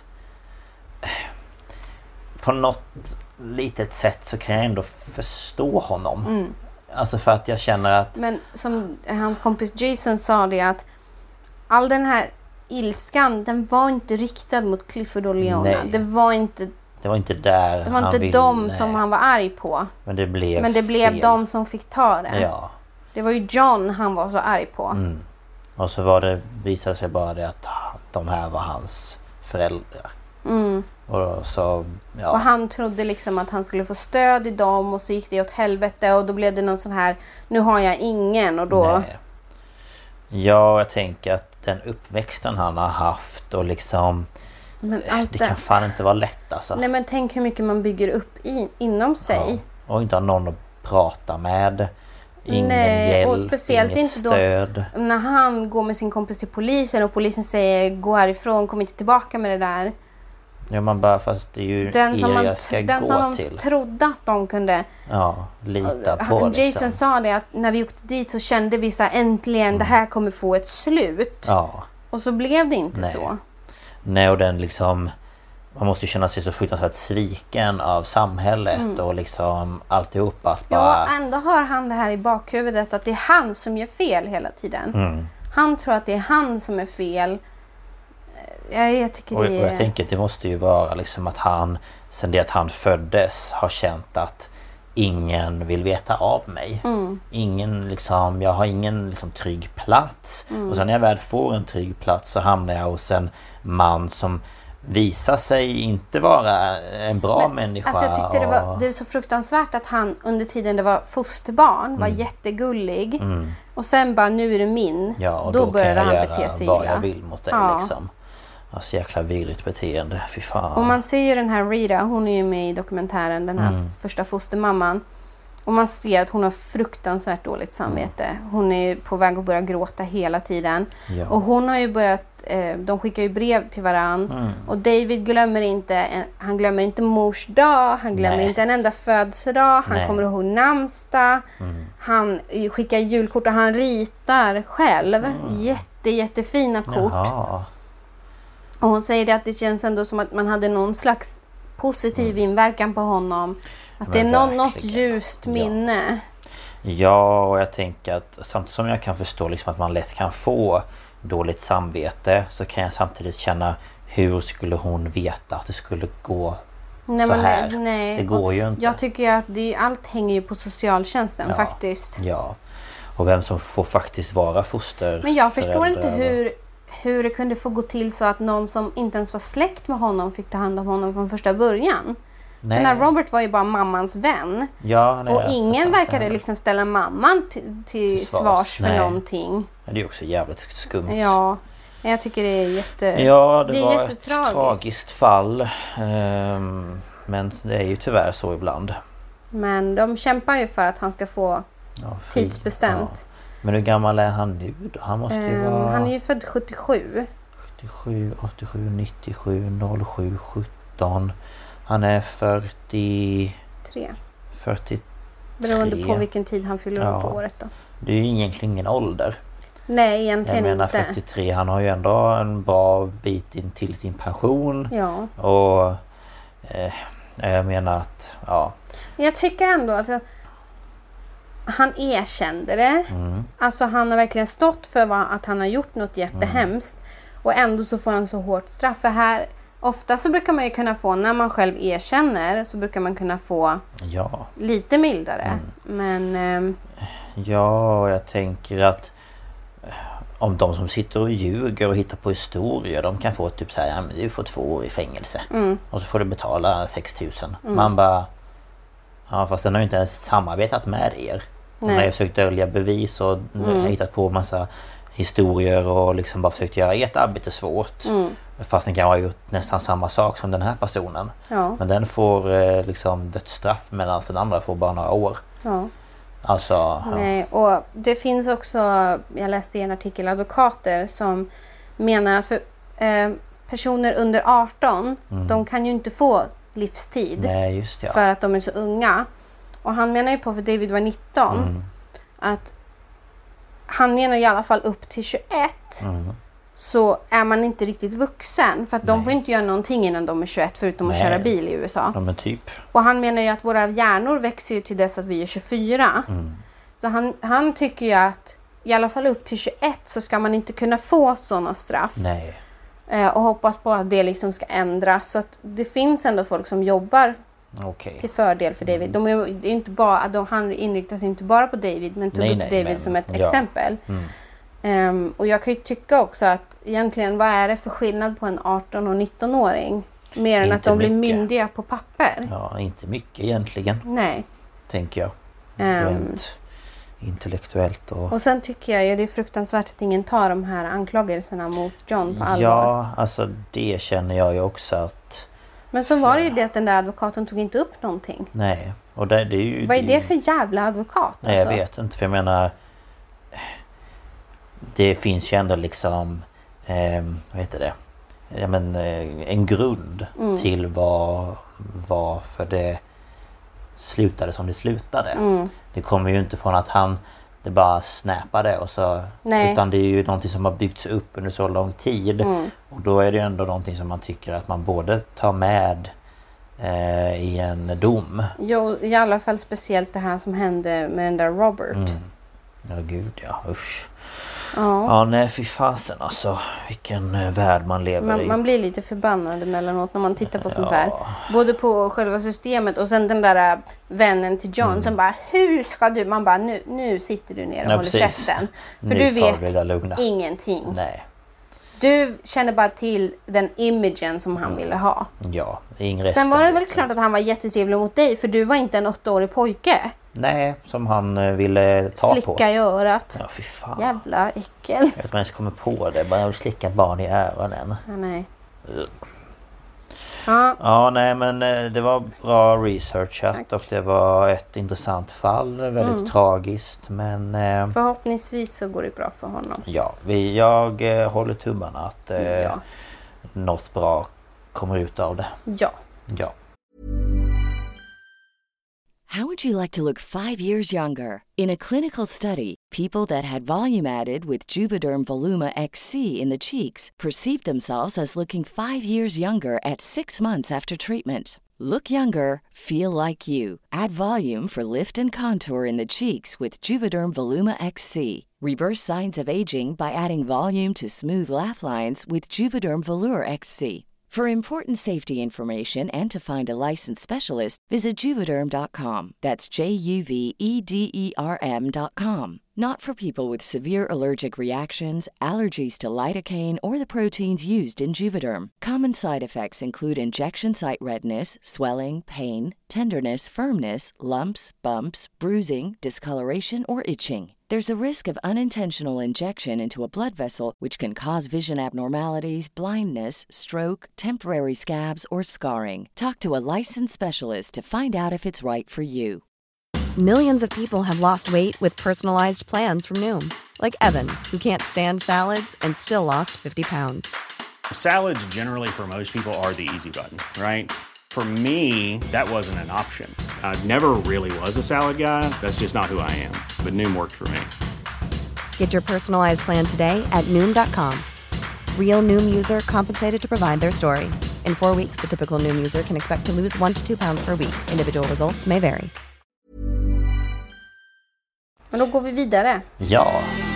på något litet sätt så kan jag ändå förstå honom. Alltså för att jag känner att... Men som hans kompis Jason sa det, att all den här ilskan, den var inte riktad mot Clifford och Leona. Nej. Det var inte där det var inte de som han var arg på. Men det blev fel. De som fick ta det. Ja. Det var ju John han var så arg på. Och så visade sig bara det att de här var hans föräldrar. Och så, ja. Och han trodde liksom att han skulle få stöd i dem, och så gick det åt helvete och då blev det någon sån här, nu har jag ingen, och då... Nej. Ja, jag tänker att den uppväxten han har haft och liksom, men det kan fan inte vara lätt alltså. Nej, men tänk hur mycket man bygger upp inom sig. Ja. Och inte ha någon att prata med. Ingen hjälp, och speciellt inget inte stöd. Då, när han går med sin kompis till polisen och polisen säger, gå härifrån, kom inte tillbaka med det där. Ja, man bara, fast det är ju den som jag ska den gå som till. De trodde att de kunde lita på. Jason liksom. sa det, att när vi åkte dit så kände vi så här, äntligen det här kommer få ett slut. Ja. Och så blev det inte så. Nej, och den liksom, man måste ju känna sig så fruktansvärt sviken av samhället och liksom alltihop. Att bara... Ja, ändå har han det här i bakhuvudet att det är han som gör fel hela tiden. Han tror att det är han som är fel. jag tycker det är... Och jag tänker att det måste ju vara liksom att han, sen det att han föddes, har känt att ingen vill veta av mig. Ingen liksom, jag har ingen liksom trygg plats. Och sen när jag väl får en trygg plats så hamnar jag hos en man som visar sig inte vara en bra människa. Alltså jag tyckte det är så fruktansvärt att han under tiden det var fosterbarn var jättegullig. Och sen bara, nu är det min. Ja, och då började han bete sig vad illa. jag vill mot dig liksom. Alltså jäkla vidrigt beteende, fy fan. Och man ser ju den här Rita, hon är ju med i dokumentären, den här första fostermamman. Och man ser att hon har fruktansvärt dåligt samvete. Hon är ju på väg att börja gråta hela tiden. Ja. Och hon har ju börjat, de skickar ju brev till varann. Och David glömmer inte mors dag. Han glömmer inte en enda födelsedag. Han kommer ihåg namnsdag. Han skickar julkort och han ritar själv. Jättefina kort. Jaha. Och hon säger det att det känns ändå som att man hade någon slags positiv inverkan på honom. Att det är något ljust minne. Ja, och jag tänker att samtidigt som jag kan förstå liksom att man lätt kan få dåligt samvete, så kan jag samtidigt känna, hur skulle hon veta att det skulle gå så här? Nej. Det går ju inte. Jag tycker att allt hänger ju på socialtjänsten faktiskt. Ja, och vem som får faktiskt vara foster. Men jag förstår inte hur det kunde få gå till så att någon som inte ens var släkt med honom fick ta hand om honom från första början. Nej. Den här Robert var ju bara mammans vän. Ja, nej, och ingen verkade liksom ställa mamman till svars för någonting. Ja, det är också jävligt skumt. Ja, jag tycker det är Ja, det är var ett tragiskt fall. Men det är ju tyvärr så ibland. Men de kämpar ju för att han ska få tidsbestämt. Ja. Men hur gammal är han nu då? Han måste ju vara... Han är ju född 77. 77, 87, 97, 07, 17. Han är 43. Beroende på vilken tid han fyller upp på året då. Det är ju egentligen ingen ålder. Nej, egentligen inte. Jag menar 43, han har ju ändå en bra bit in till sin pension. Ja. Och jag menar att, Jag tycker ändå att han erkände det. Alltså han har verkligen stått för att han har gjort något jättehemskt. Och ändå så får han så hårt straff. För här, ofta så brukar man ju kunna få, när man själv erkänner, så brukar man kunna få lite mildare. Men... Ja, jag tänker att om de som sitter och ljuger och hittar på historier, de kan få typ så här, men du får 2 år i fängelse. Och så får du betala 6 000. Man bara, fast den har ju inte ens samarbetat med er. Den har ju försökt dölja bevis och hittat på massa historier och liksom bara försökt göra ert arbete svårt. Fast den kan ha gjort nästan samma sak som den här personen. Ja. Men den får liksom dödsstraff, medan den andra får bara några år. Ja. Alltså, nej, och det finns också, jag läste i en artikel, advokater som menar att för personer under 18, de kan ju inte få livstid. Nej, just det, för att de är så unga. Och han menar ju på, för David var 19, att han menar i alla fall upp till 21 så är man inte riktigt vuxen. För att de får inte göra någonting innan de är 21 förutom att köra bil i USA. Ja, men typ. Och han menar ju att våra hjärnor växer ju till dess att vi är 24. Så han tycker ju att i alla fall upp till 21 så ska man inte kunna få sådana straff. Nej. Och hoppas på att det liksom ska ändras. Så att det finns ändå folk som jobbar till fördel för David. Det är inte bara, han inriktar sig inte bara på David, men tog upp David som ett exempel. Och jag kan ju tycka också att egentligen, vad är det för skillnad på en 18- och 19-åring? Mer än att de blir myndiga på papper. Ja, inte mycket egentligen. Nej. Tänker jag. Rent intellektuellt. Och sen tycker jag det är fruktansvärt att ingen tar de här anklagelserna mot John på allvar. Ja, alltså det känner jag ju också att... Men så var det ju det att den där advokaten tog inte upp någonting. Nej. Och det är ju... Vad är det för jävla advokat? Nej, jag vet inte. För jag menar... Det finns ju ändå liksom... vad heter det? Ja, men, en grund till varför det slutade som det slutade. Det kommer ju inte från att det bara snappade och så. Nej. Utan det är ju någonting som har byggts upp under så lång tid. Och då är det ju ändå någonting som man tycker att man borde ta med i en dom. Jo, i alla fall speciellt det här som hände med den där Robert. Ja, gud ja, usch. Ja, nej, fy fasen alltså. Vilken värld man lever i. Man blir lite förbannad emellanåt när man tittar på sånt här. Både på själva systemet och sen den där vännen till John som bara, hur ska du? Man bara, nu sitter du ner och håller käften. För nu du vet ingenting. Nej. Du känner bara till den imagen som han ville ha. Ja, ingen sen var det väl klart att han var jättetrevlig mot dig, för du var inte en 8-årig pojke. Nej, som han ville ta slicka på. I örat. Ja, fy fan. Jävla äckel. Jag vet inte om jag kommer på det. Bara jag vill slicka ett barn i öronen. Ja, nej. Ja, nej, men det var bra researchat. Och det var ett intressant fall. Väldigt tragiskt, men... Förhoppningsvis så går det bra för honom. Ja, jag håller tummarna att något bra kommer ut av det. Ja. Ja. How would you like to look 5 years younger? In a clinical study, people that had volume added with Juvederm Voluma XC in the cheeks perceived themselves as looking 5 years younger at 6 months after treatment. Look younger, feel like you. Add volume for lift and contour in the cheeks with Juvederm Voluma XC. Reverse signs of aging by adding volume to smooth laugh lines with Juvederm Volure XC. For important safety information and to find a licensed specialist, visit Juvederm.com. That's JUVEDERM.com. Not for people with severe allergic reactions, allergies to lidocaine, or the proteins used in Juvederm. Common side effects include injection site redness, swelling, pain, tenderness, firmness, lumps, bumps, bruising, discoloration, or itching. There's a risk of unintentional injection into a blood vessel, which can cause vision abnormalities, blindness, stroke, temporary scabs, or scarring. Talk to a licensed specialist to find out if it's right for you. Millions of people have lost weight with personalized plans from Noom. Like Evan, who can't stand salads and still lost 50 pounds. Salads generally for most people are the easy button, right? For me, that wasn't an option. I never really was a salad guy. That's just not who I am. But Noom worked for me. Get your personalized plan today at Noom.com. Real Noom user compensated to provide their story. In 4 weeks, the typical Noom user can expect to lose 1 to 2 pounds per week. Individual results may vary. Men då går vi vidare. Ja.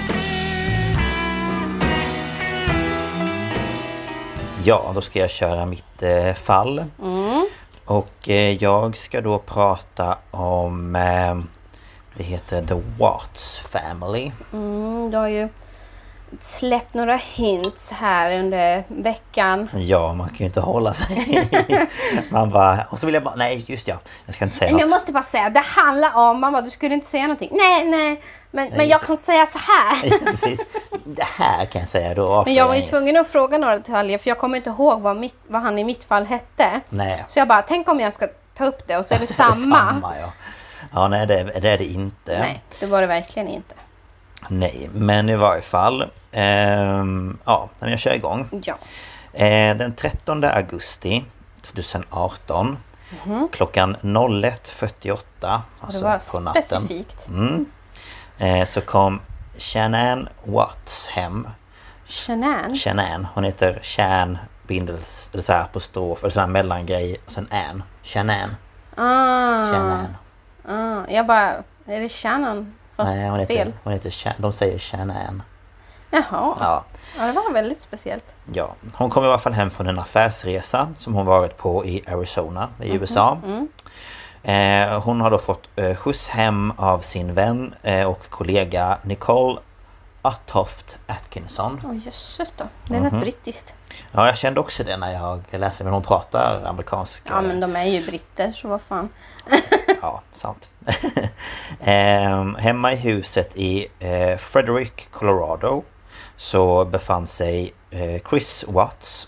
Ja, då ska jag köra mitt fall. Och jag ska då prata om... det heter The Watts Family. Du har ju släppt några hints här under veckan. Ja, man kan ju inte hålla sig. Man bara... Och så vill jag bara... Nej, just ja. Jag ska inte säga något. Jag måste bara säga, det handlar om... Man bara, du skulle inte säga någonting. Nej. Men jag kan säga så här. Ja, precis. Det här kan jag säga då. Men jag var ju tvungen att fråga några detaljer. För jag kommer inte ihåg vad han i mitt fall hette. Nej. Så jag bara, tänk om jag ska ta upp det. Och så är det samma. Ja. Ja, nej, det är det inte. Nej, det var det verkligen inte. Nej, men i varje fall. Ja, men jag kör igång. Ja. Den 13 augusti 2018 klockan 01:48, alltså det var på natten. Specifikt. Så kom Shanann Watts hem. Shanann. Hon heter Shan bindels, eller så här apostrof, eller så här mellangrej och sen Ann. Shanann. Shanann. Jag bara, är det Shannon? Fast nej, hon fel. heter de säger Shanann. Jaha. Ja, det var väldigt speciellt. Ja, hon kom i alla fall hem från en affärsresa som hon varit på i Arizona i USA. Hon har då fått skjuts hem av sin vän och kollega Nicole Atoft Atkinson. Jösses då. Det är något brittiskt. Ja, jag kände också det när jag läste, men hon pratar amerikansk. Ja, men de är ju britter, så vad fan. Ja, sant. Hemma i huset i Frederick, Colorado så befann sig Chris Watts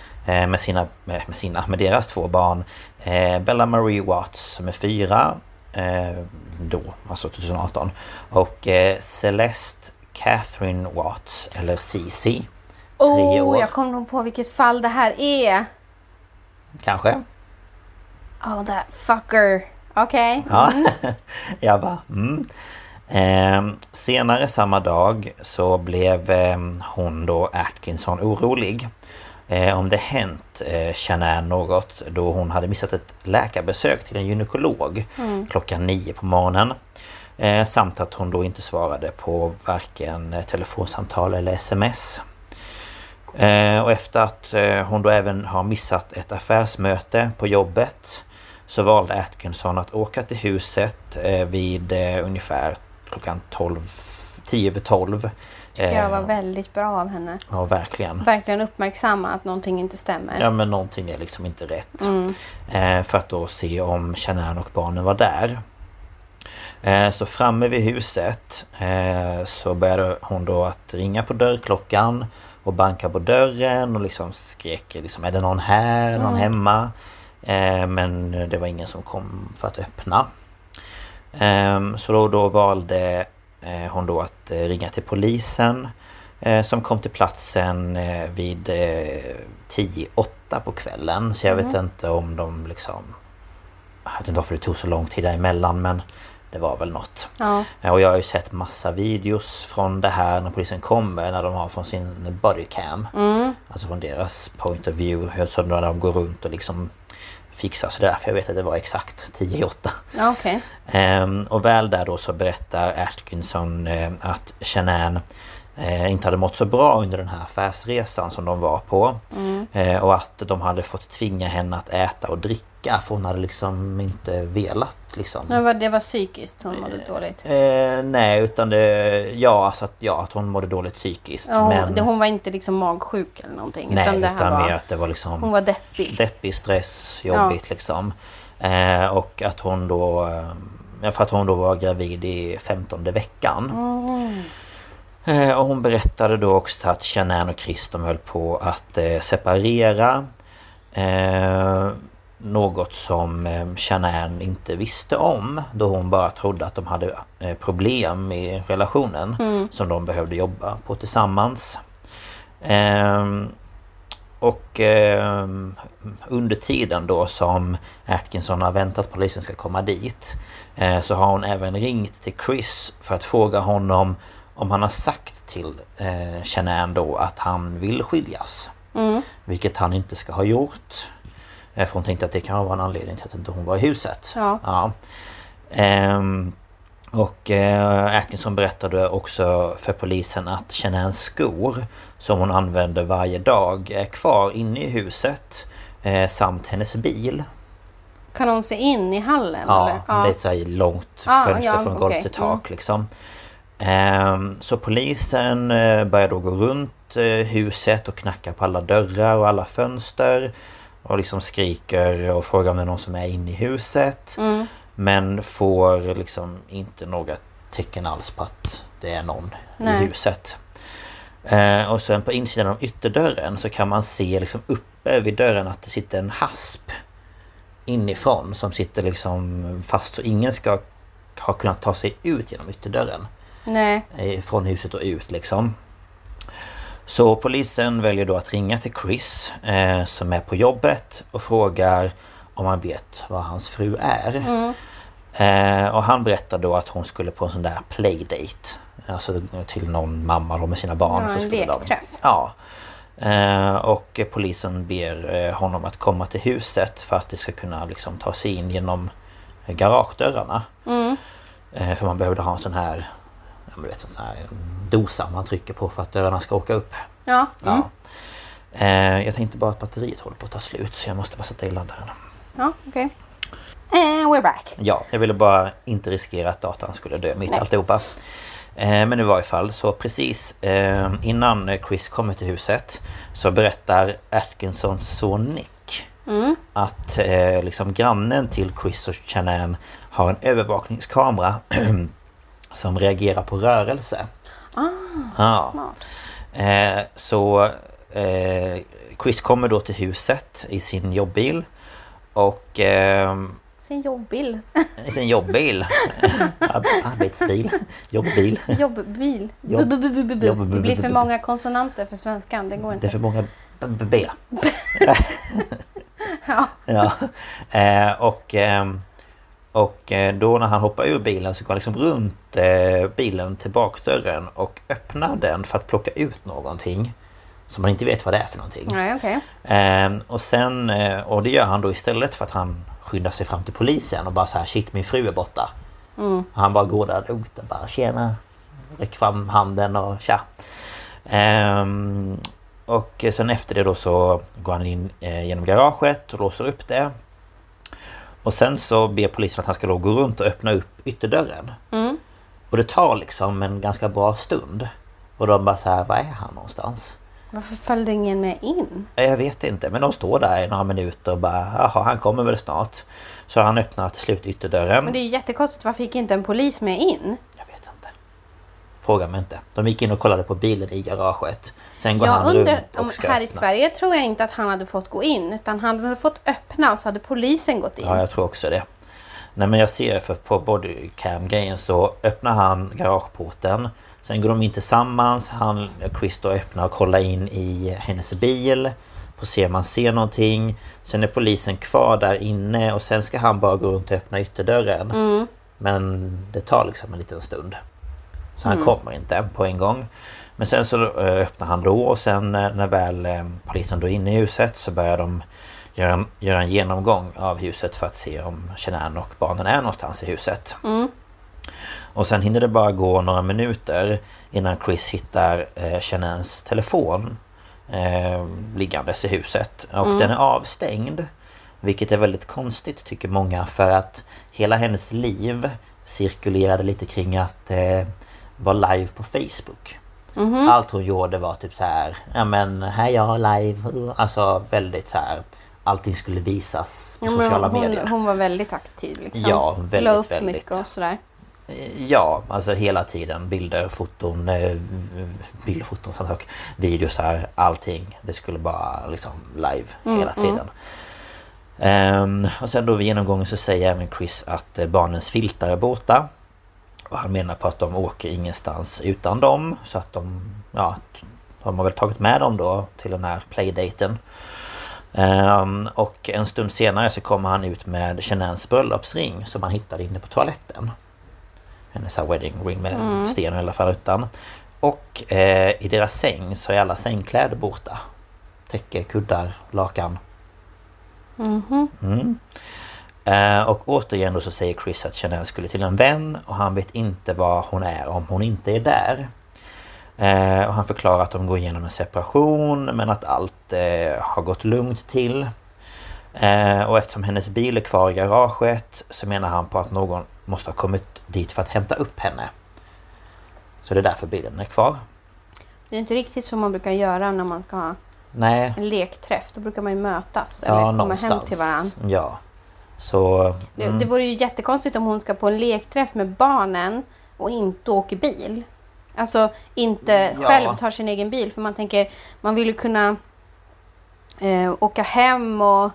med deras 2 barn, Bella Marie Watts som är 4 då, alltså 2018, och Celeste Catherine Watts eller Cici, 3 år. Jag kommer nog på vilket fall det här är. Kanske. Oh, that fucker. Okej. Ja, jag bara senare samma dag så blev hon då Atkinson orolig om det hänt Shanann något, då hon hade missat ett läkarbesök till en gynekolog klockan 9 på morgonen. Samt att hon då inte svarade på varken telefonsamtal eller sms. Och efter att hon då även har missat ett affärsmöte på jobbet så valde Atkinson att åka till huset vid ungefär klockan 10:12. Det var väldigt bra av henne. Ja, verkligen. Verkligen uppmärksamma att någonting inte stämmer. Ja, men någonting är liksom inte rätt. För att då se om Shanann och barnen var där. Så framme vid huset så började hon då att ringa på dörrklockan och banka på dörren och liksom skrek liksom, är det någon här, är någon hemma? Men det var ingen som kom för att öppna. Så då valde hon då att ringa till polisen som kom till platsen vid 10:08 på kvällen. Så jag vet inte om de liksom... Jag vet inte varför det tog så lång tid däremellan, men det var väl något. Ja. Och jag har ju sett massa videos från det här när polisen kommer, när de har från sin bodycam. Alltså från deras point of view, så när de går runt och liksom fixar. Så därför jag vet att det var exakt 10:08. Ja, okay. Och väl där då så berättar Atkinson att Shanann inte hade mått så bra under den här affärsresan som de var på. Och att de hade fått tvinga henne att äta och dricka, för hon hade liksom inte velat liksom. Men det var psykiskt hon mådde dåligt? Nej, utan att hon mådde dåligt psykiskt. Ja, men hon var inte liksom magsjuk eller någonting? Nej, utan mer att det var liksom... Hon var deppig. Deppig, stress, jobbigt liksom. Och att hon då... för att hon då var gravid i 15:e veckan. Och hon berättade då också att Shanann och Chris de höll på att separera. Något som Shanann inte visste om, då hon bara trodde att de hade problem i relationen som de behövde jobba på tillsammans. Och under tiden då som Atkinson har väntat att polisen ska komma dit, så har hon även ringt till Chris för att fråga honom om han har sagt till Shanann då att han vill skiljas. Vilket han inte ska ha gjort. För hon tänkte att det kan vara en anledning till att inte hon var i huset. Ja. Och Atkinson berättade också för polisen att Shananns skor som hon använde varje dag är kvar inne i huset, samt hennes bil. Kan hon se in i hallen? Ja, eller? det är ett så här långt fönster från golv till tak liksom. Så polisen börjar då gå runt huset och knacka på alla dörrar och alla fönster och liksom skriker och frågar om det är någon som är inne i huset. Men får liksom inte några tecken alls på att det är någon i huset. Och sen på insidan av ytterdörren så kan man se liksom uppe vid dörren att det sitter en hasp inifrån som sitter liksom fast, så ingen ska ha kunnat ta sig ut genom ytterdörren. Nej. Från huset och ut liksom. Så polisen väljer då att ringa till Chris som är på jobbet och frågar om han vet vad hans fru är. Och han berättar då att hon skulle på en sån där playdate, alltså till någon mamma med sina barn. Ja, så skulle en lekträff. Ja. Och polisen ber honom att komma till huset för att det ska kunna liksom ta sig in genom garagedörrarna. För man behövde ha en sån här, sån här dosa man trycker på för att dörrarna ska åka upp. Ja. Jag tänkte bara att batteriet håller på att ta slut, så jag måste bara sätta i laddaren. Ja, okej. And we're back. Ja, jag ville bara inte riskera att datan skulle dö mitt alltihopa. Men i varje fall, så precis innan Chris kommer till huset så berättar Atkinsons son Nick att liksom grannen till Chris och Shanann har en övervakningskamera som reagerar på rörelse. Smart. Så Chris kommer då till huset i sin jobbbil och sin jobbbil. Sin jobbbil. Arbetsbil. Jobbbil. Jobbbil. Det blir för många konsonanter för svenskan. Det går inte. Det är för många B. Ja. Och då när han hoppar ur bilen så går han liksom runt bilen till bakdörren och öppnar den för att plocka ut någonting som man inte vet vad det är för någonting. Nej, okej. Och sen, och det gör han då istället för att han skyndar sig fram till polisen och bara så här, shit, min fru är borta. Han bara går där lugnt och bara tjena. Räck fram handen och tja. Och sen efter det då så går han in genom garaget och låser upp det. Och sen så ber polisen att han ska då gå runt och öppna upp ytterdörren. Och det tar liksom en ganska bra stund. Och de bara så här, var är han någonstans? Varför följde ingen med in? Jag vet inte, men de står där i några minuter och bara, jaha, han kommer väl snart. Så han öppnar till slut ytterdörren. Men det är ju jättekonstigt, varför gick inte en polis med in? Jag vet inte. Fråga mig inte. De gick in och kollade på bilen i garaget. Sen går han runt och ska här i öppna. Sverige tror jag inte att han hade fått gå in, utan han hade fått öppna och så hade polisen gått in. Ja, jag tror också det. Nej, men jag ser för på bodycam-grejen så öppnar han garageporten. Sen går de in tillsammans. Chris då öppnar och kollar in i hennes bil. Får se om man ser någonting. Sen är polisen kvar där inne. Och sen ska han bara gå runt och öppna ytterdörren. Men det tar liksom en liten stund. Så han kommer inte på en gång. Men sen så öppnar han då. Och sen när väl polisen då är inne i huset så börjar de göra en genomgång av huset för att se om Shanann och barnen är någonstans i huset. Och sen hinner det bara gå några minuter innan Chris hittar Shananns telefon liggandes i huset. Och den är avstängd, vilket är väldigt konstigt tycker många, för att hela hennes liv cirkulerade lite kring att vara live på Facebook. Allt hon gjorde var typ så här, ja men här jag live, alltså väldigt så här. Allting skulle visas på sociala medier. Hon var väldigt aktiv liksom. Ja, väldigt, väldigt. Mycket och sådär. Ja, alltså hela tiden. Bilder, foton, samma sak. Videos här, allting. Det skulle bara liksom live hela tiden. Och sen då vid genomgången så säger även Chris att barnens filtar är borta. Och han menar på att de åker ingenstans utan dem. Så att de har väl tagit med dem då till den här playdaten. Och en stund senare så kommer han ut med Shananns bröllopsring som han hittade inne på toaletten. Hennes wedding ring med sten i alla fall utan. Och i deras säng så är alla sängkläder borta. Täcke, kuddar, lakan. Och återigen då så säger Chris att Shanann skulle till en vän och han vet inte var hon är om hon inte är där. Och han förklarar att de går igenom en separation men att allt har gått lugnt till. Och eftersom hennes bil är kvar i garaget så menar han på att någon måste ha kommit dit för att hämta upp henne. Så det är därför bilen är kvar. Det är inte riktigt som man brukar göra när man ska ha en lekträff. Då brukar man ju mötas eller komma någonstans hem till varandra. Ja. Så, det vore ju jättekonstigt om hon ska på en lekträff med barnen och inte åker bil. Alltså inte själv tar sin egen bil. För man tänker, man vill ju kunna åka hem och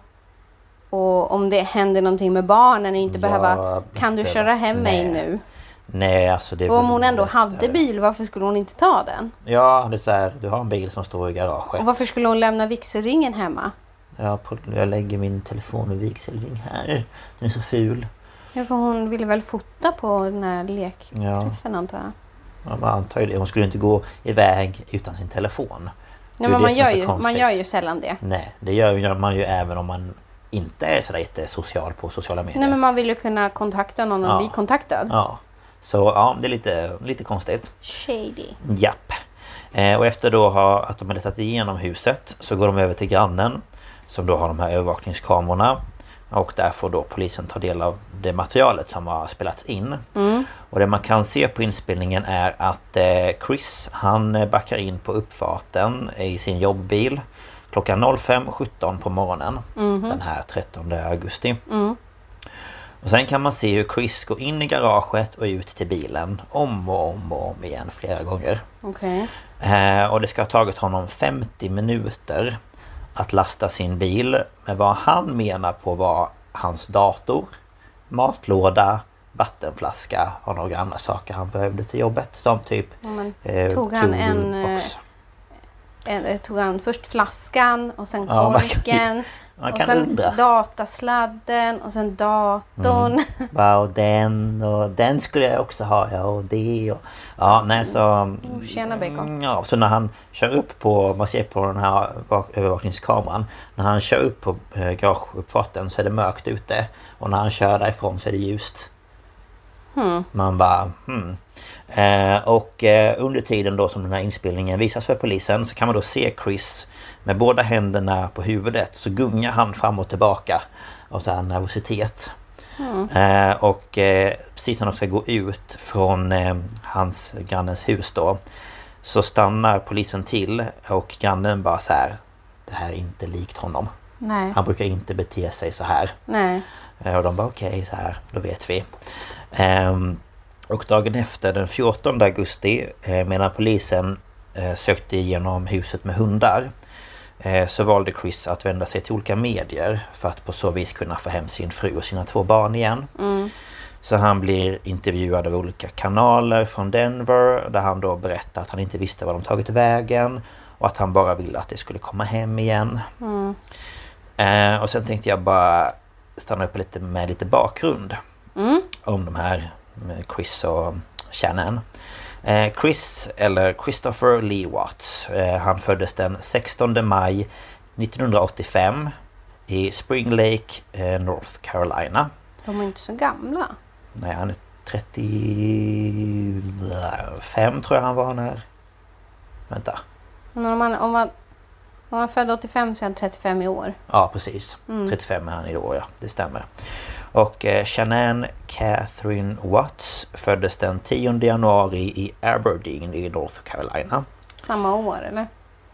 om det händer någonting med barnen och inte behöva, kan du köra hem mig nu? Nej, alltså det. Och om hon ändå hade bil, varför skulle hon inte ta den? Ja, det är så här, du har en bil som står i garaget. Och varför skulle hon lämna vigselringen hemma? Ja, jag lägger min telefon och vigselring här. Den är så ful. Ja, för hon ville väl fota på den här lekträffen antar jag. Ja, man antar ju det. Hon skulle inte gå iväg utan sin telefon. Nej, men man gör ju sällan det. Nej, det gör man ju även om man inte är så där social på sociala medier. Nej, men man vill ju kunna kontakta någon och bli kontaktad. Ja, så ja, det är lite konstigt. Shady. Japp. Och efter då att de har letat igenom huset så går de över till grannen som då har de här övervakningskamerorna. Och där får då polisen ta del av det materialet som har spelats in. Och det man kan se på inspelningen är att Chris, han backar in på uppfarten i sin jobbbil klockan 05.17 på morgonen den här 13 augusti. Och sen kan man se hur Chris går in i garaget och ut till bilen om och om igen flera gånger. Okay. Och det ska ha tagit honom 50 minuter att lasta sin bil med vad han menar på var hans dator, matlåda, vattenflaska och några andra saker han behövde till jobbet som typ tog han först flaskan och sen korken man och kan sen undra. Datasladden och sen datorn. Wow, den skulle jag också ha. Ja, och det och så tjena bacon. Ja, så när han kör upp på, man ser på den här övervakningskameran, när han kör upp på garageuppfarten så är det mörkt ute och när han kör därifrån så är det ljust. Man bara och under tiden då som den här inspelningen visas för polisen så kan man då se Chris med båda händerna på huvudet, så gungar han fram och tillbaka av så här nervositet. Och precis när de ska gå ut från hans grannens hus då, så stannar polisen till och grannen bara så här: det här är inte likt honom. Nej. Han brukar inte bete sig så här. Nej. Och de bara okej, så här, då vet vi. Och dagen efter, den 14 augusti, medan polisen sökte igenom huset med hundar, så valde Chris att vända sig till olika medier för att på så vis kunna få hem sin fru och sina 2 barn igen. Så han blir intervjuad av olika kanaler från Denver, där han då berättar att han inte visste var de tagit vägen och att han bara ville att det skulle komma hem igen. Och sen tänkte jag bara stanna upp med lite bakgrund om de här Chris och Shanann. Chris, eller Christopher Lee Watts, han föddes den 16 maj 1985 i Spring Lake, North Carolina. De är inte så gamla. Nej, han är 35 tror jag han var när... Vänta. Men om man född 85 så är han 35 i år. Ja, precis. 35 är han i år, ja. Det stämmer. Och Shanann Catherine Watts föddes den 10 januari i Aberdeen i North Carolina. Samma år, eller?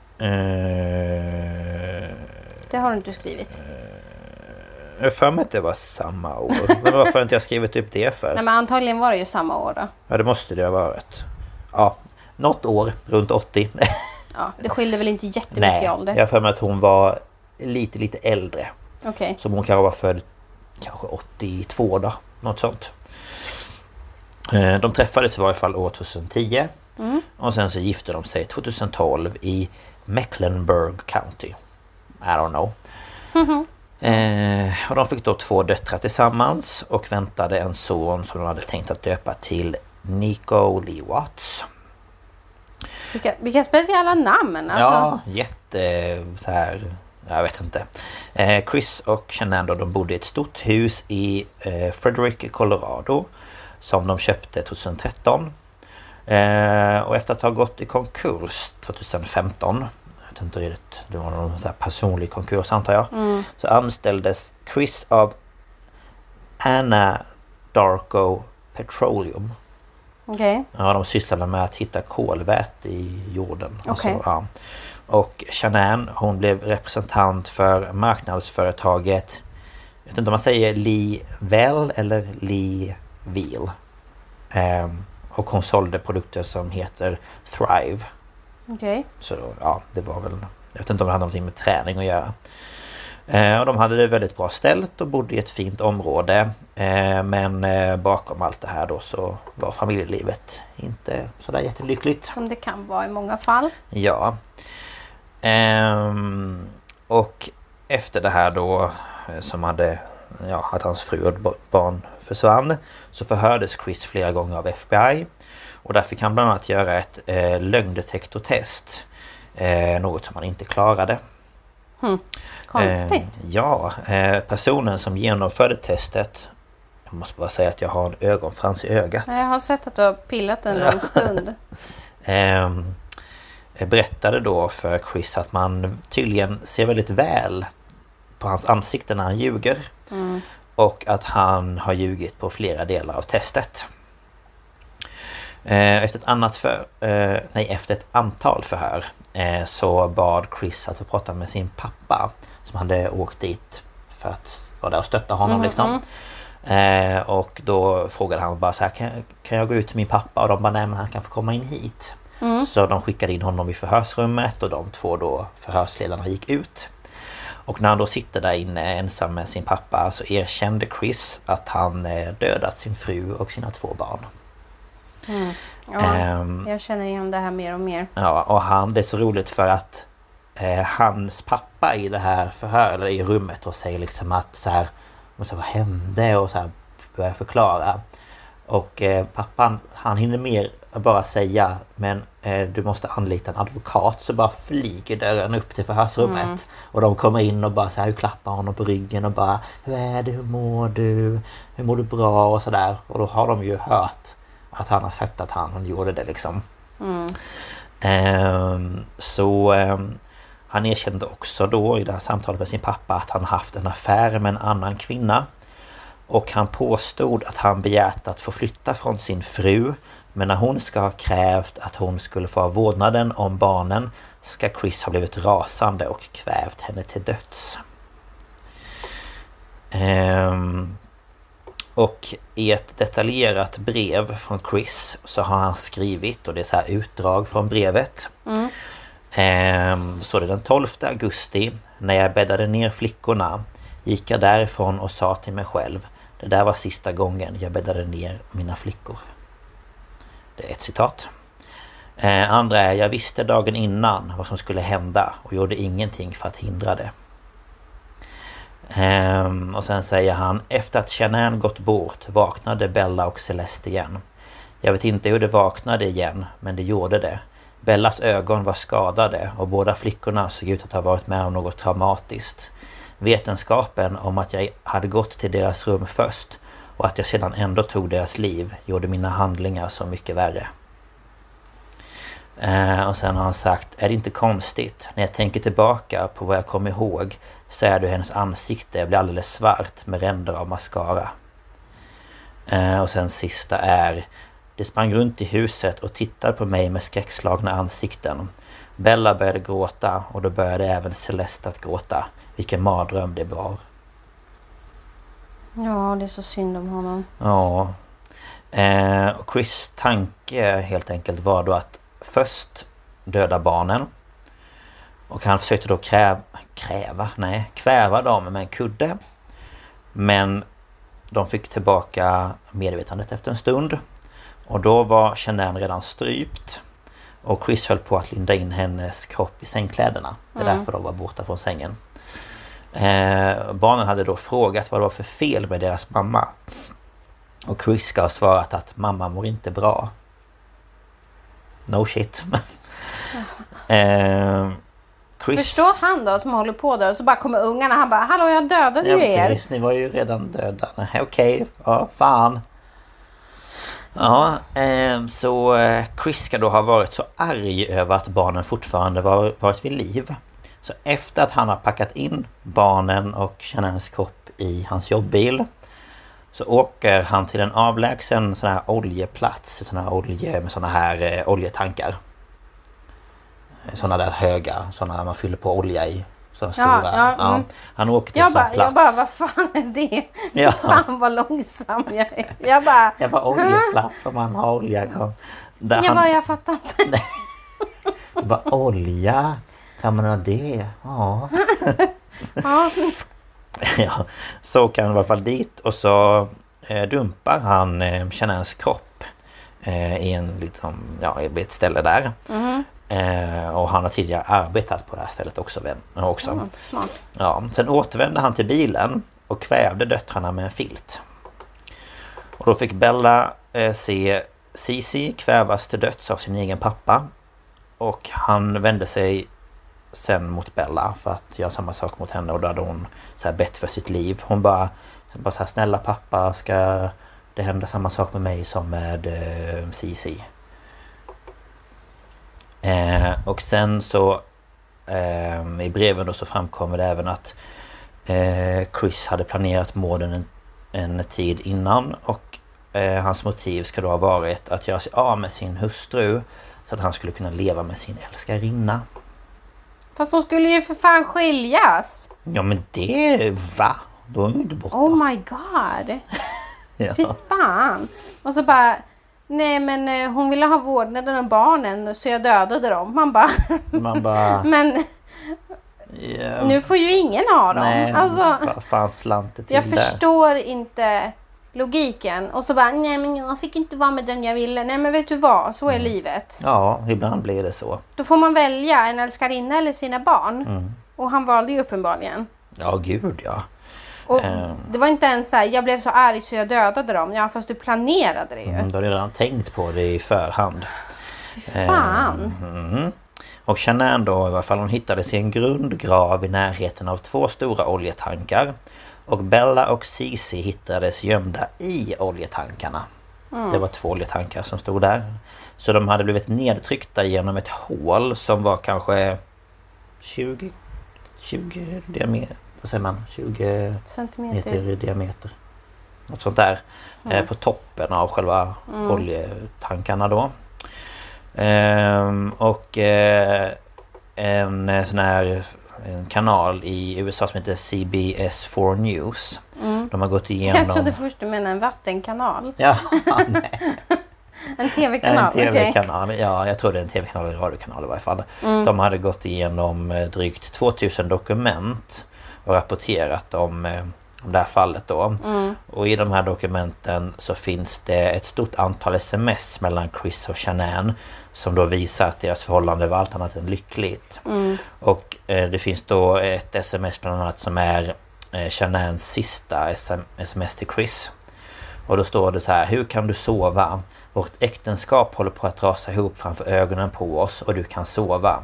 Det har du inte skrivit. Jag för mig att det var samma år. Men varför har inte jag skrivit upp det för? Nej, men antagligen var det ju samma år då. Ja, det måste det ha varit. Ja, något år, runt 80. Ja, det skilde väl inte jättemycket i ålder. Nej, jag för mig att hon var lite äldre. Okej. Som hon kanske var född kanske 82 då, något sånt. De träffades i varje fall år 2010. Och sen så gifte de sig 2012 i Mecklenburg County. I don't know. Och de fick då 2 döttrar tillsammans och väntade en son som de hade tänkt att döpa till Nico Lee Watts. Vilka speciella namn alltså. Ja, jätte så här, jag vet inte. Chris och Shanann då, de bodde i ett stort hus i Frederick, Colorado, som de köpte 2013. Och efter att ha gått i konkurs 2015, jag vet inte riktigt, det var någon så här personlig konkurs antar jag, så anställdes Chris av Anadarko Petroleum. Okej. Ja, de sysslade med att hitta kolväte i jorden. Okej. Ja. Och Shanann, hon blev representant för marknadsföretaget, jag vet inte om man säger Lee Well eller Lee Veal. Och hon sålde produkter som heter Thrive. Okej. Så ja, det var väl, jag vet inte om det hade någonting med träning att göra. Och de hade det väldigt bra ställt och bodde i ett fint område. Men bakom allt det här då så var familjelivet inte sådär jättelyckligt. Som det kan vara i många fall. Ja. Och efter det här då som hade, ja, att hans fru och barn försvann, så förhördes Chris flera gånger av FBI. Och där fick han bland annat göra ett lögndetektortest. Något som han inte klarade. Konstigt. Ja, personen som genomförde testet, jag måste bara säga att jag har en ögonfrans i ögat. Jag har sett att du har pillat en lång stund. Berättade då för Chris att man tydligen ser väldigt väl på hans ansikte när han ljuger. Och att han har ljugit på flera delar av testet. Efter ett antal förhör så bad Chris att få prata med sin pappa som hade åkt dit för att vara där och stötta honom liksom. Och då frågade han bara så här, kan jag gå ut till min pappa? Och de bara, nej, men han kan få komma in hit. Så de skickade in honom i förhörsrummet och de 2 då förhörsledarna gick ut. Och när han då sitter där inne ensam med sin pappa så erkände Chris att han dödat sin fru och sina 2 barn. Ja, jag känner igen det här mer och mer. Ja, och det är så roligt för att hans pappa i det här eller i rummet och säger liksom att så här, vad hände och så här börjar förklara. Och pappan, han hinner mer bara säga, men du måste anlita en advokat, så bara flyger dörren upp till förhörsrummet. Och de kommer in och bara så här, klappar honom på ryggen och bara, hur är det, hur mår du bra och sådär. Och då har de ju hört att han har sagt att han gjorde det liksom. Han erkände också då i det här samtalet med sin pappa att han haft en affär med en annan kvinna. Och han påstod att han begärt att få flytta från sin fru. Men när hon ska ha krävt att hon skulle få vårdnaden om barnen ska Chris ha blivit rasande och kvävt henne till döds. Och i ett detaljerat brev från Chris så har han skrivit, och det är så här utdrag från brevet. Så det den 12 augusti när jag bäddade ner flickorna gick jag därifrån och sa till mig själv, det där var sista gången jag bäddade ner mina flickor. Det är ett citat. Andra är, jag visste dagen innan vad som skulle hända och gjorde ingenting för att hindra det. Och sen säger han, efter att Shanann gått bort vaknade Bella och Celeste igen. Jag vet inte hur det vaknade igen, men det gjorde det. Bellas ögon var skadade och båda flickorna såg ut att ha varit med om något traumatiskt. Vetenskapen om att jag hade gått till deras rum först och att jag sedan ändå tog deras liv gjorde mina handlingar så mycket värre. Och sen har han sagt, är det inte konstigt? När jag tänker tillbaka på vad jag kommer ihåg så är det hennes ansikte blir alldeles svart med ränder av mascara. Och sen sista är, det sprang runt i huset och tittade på mig med skräckslagna ansikten. Bella började gråta och då började även Celeste att gråta. Vilken mardröm det var. Ja, det är så synd om honom. Ja. Och Chris tanke helt enkelt var då att först döda barnen. Och han försökte då kväva dem med en kudde. Men de fick tillbaka medvetandet efter en stund. Och då var Shanann redan strypt. Och Chris höll på att linda in hennes kropp i sängkläderna. Det är därför de var borta från sängen. Barnen hade då frågat vad det var för fel med deras mamma. Och Chris ska ha svarat att mamma mår inte bra. No shit. Chris... Förstår han då som håller på där och så bara kommer ungarna, han bara, hallå jag dödade ju er. Precis, ni var ju redan döda. Okej, ja fan. Ja, så Chris ska då ha varit så arg över att barnen fortfarande varit vid liv. Så efter att han har packat in barnen och Shananns kropp i hans jobbbil så åker han till en avlägsen sån här oljeplats, sån här olje med såna här oljetankar. Såna där höga, såna man fyller på olja i. Såna stora. Ja. Han åker till en sån plats. Jag bara, vad fan är det? Ja. Fan vad långsam jag är. Jag bara oljeplats som man har olja. Jag fattar inte. Bara olja. Kan man ha det? Ja. Ja. Så kan han i alla fall dit och så dumpar han Shananns kropp i en liksom, i ett ställe där. Och han har tidigare arbetat på det här stället också. Smart. Ja, sen återvände han till bilen och kvävde döttrarna med en filt. Och då fick Bella se Cici kvävas till döds av sin egen pappa. Och han vände sig sen mot Bella för att göra samma sak mot henne. Och då hade hon så här bett för sitt liv. Hon bara så här, snälla pappa, ska det hända samma sak med mig som med Cici? Och sen så i breven då så framkommer det även att Chris hade planerat morden en tid innan och hans motiv ska då ha varit att göra sig av med sin hustru så att han skulle kunna leva med sin älskarinna. Fast de skulle ju för fan skiljas. Ja men det, va? Då är de inte borta. Oh my god. Ja. Fy fan. Och så bara, nej men hon ville ha vårdnaden om barnen så jag dödade dem. Man bara men nu får ju ingen ha dem. Nej, alltså, fan slantet till jag där. förstår inte logiken. Och så bara, nej men jag fick inte vara med den jag ville. Nej men vet du vad, så är livet. Ja, ibland blir det så. Då får man välja en älskarinna eller sina barn. Och han valde ju uppenbarligen. Ja, gud ja. Och det var inte ens så här, jag blev så arg så jag dödade dem. Ja, fast du planerade det ju. Du har redan tänkt på det i förhand. Fan. Och Shanann då, i alla fall, hon hittades i en grundgrav i närheten av 2 stora oljetankar. Och Bella och Cici hittades gömda i oljetankarna. Det var 2 oljetankar som stod där. Så de hade blivit nedtryckta genom ett hål som var kanske 20 diameter. Vad säger man? 20 centimeter i diameter. Något sånt där. På toppen av själva oljetankarna då. Och en sån här en kanal i USA som heter CBS4 News. De har gått igenom... Jag trodde först du menade en vattenkanal. Ja, nej. En tv-kanal. En tv-kanal, ja, jag tror det är en tv-kanal eller radiokanal i varje fall. De hade gått igenom drygt 2000 dokument och rapporterat om det här fallet då. Och i de här dokumenten så finns det ett stort antal sms mellan Chris och Shanann som då visar att deras förhållande var allt annat än lyckligt. Och det finns då ett sms bland annat som är Shananns sista sms till Chris. Och då står det så här: hur kan du sova? Vårt äktenskap håller på att rasa ihop framför ögonen på oss och du kan sova.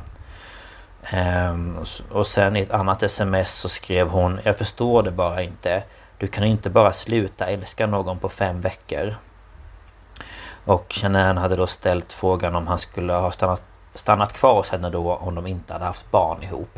Och sen i ett annat sms så skrev hon: jag förstår det bara inte. Du kan inte bara sluta älska någon på 5 veckor. Och Shanann hade då ställt frågan om han skulle ha stannat kvar hos henne då om de inte hade haft barn ihop.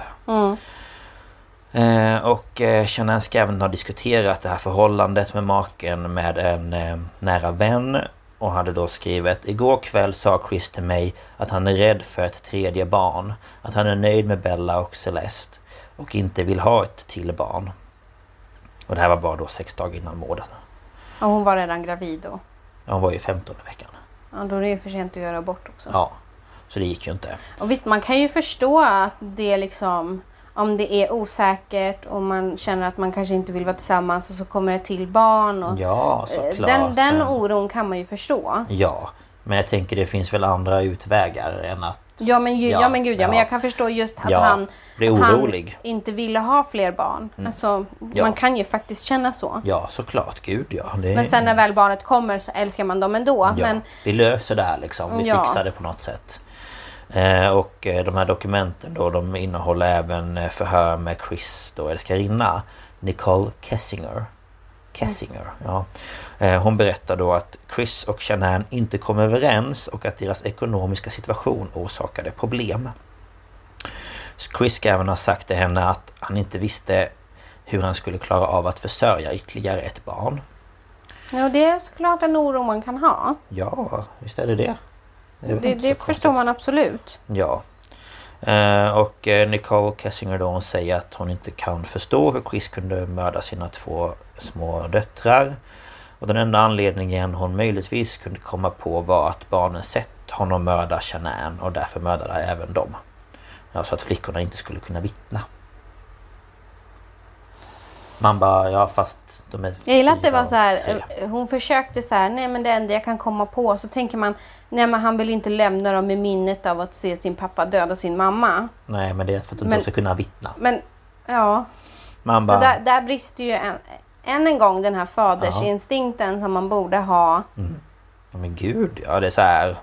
Och Shanann ska även ha diskuterat det här förhållandet med maken med en nära vän. Och hade då skrivit: igår kväll sa Chris till mig att han är rädd för ett 3:e barn. Att han är nöjd med Bella och Celeste. Och inte vill ha ett till barn. Och det här var bara då 6 dagar innan mordet. Och hon var redan gravid då? Ja, hon var ju 15:e veckan. Ja, då är det ju för sent att göra abort också. Ja, så det gick ju inte. Och visst, man kan ju förstå att det liksom... Om det är osäkert och man känner att man kanske inte vill vara tillsammans och så kommer det till barn. Och ja, såklart. Den oron kan man ju förstå. Ja, men jag tänker det finns väl andra utvägar än att... Men jag kan förstå just att han inte ville ha fler barn. Alltså, man kan ju faktiskt känna så. Ja, såklart. Gud, ja. Men sen när väl barnet kommer så älskar man dem ändå. Ja, men... vi löser det här liksom. Vi fixar det på något sätt. Och de här dokumenten då, de innehåller även förhör med Chris då, älskarinna Nicole Kessinger. Ja. Hon berättar då att Chris och Shanann inte kom överens och att deras ekonomiska situation orsakade problem. Så Chris ska även ha sagt till henne att han inte visste hur han skulle klara av att försörja ytterligare ett barn. Ja, det är såklart en oro man kan ha. Ja, visst är det det. Det förstår man absolut. Ja. Och Nicole Kessinger då, hon säger att hon inte kan förstå hur Chris kunde mörda sina 2 små döttrar. Och den enda anledningen hon möjligtvis kunde komma på var att barnen sett honom mörda Shanann och därför mördade även dem. Ja, så att flickorna inte skulle kunna vittna. Man bara, ja fast de är... Jag gillar att det var så här, hon försökte så här, nej men det enda jag kan komma på. Så tänker man, nej men han vill inte lämna dem med minnet av att se sin pappa döda sin mamma. Nej, men det är för att de inte ska kunna vittna. Men, ja. Man bara... Så där brister ju än en gång den här fadersinstinkten som man borde ha. Men gud, ja det är så här...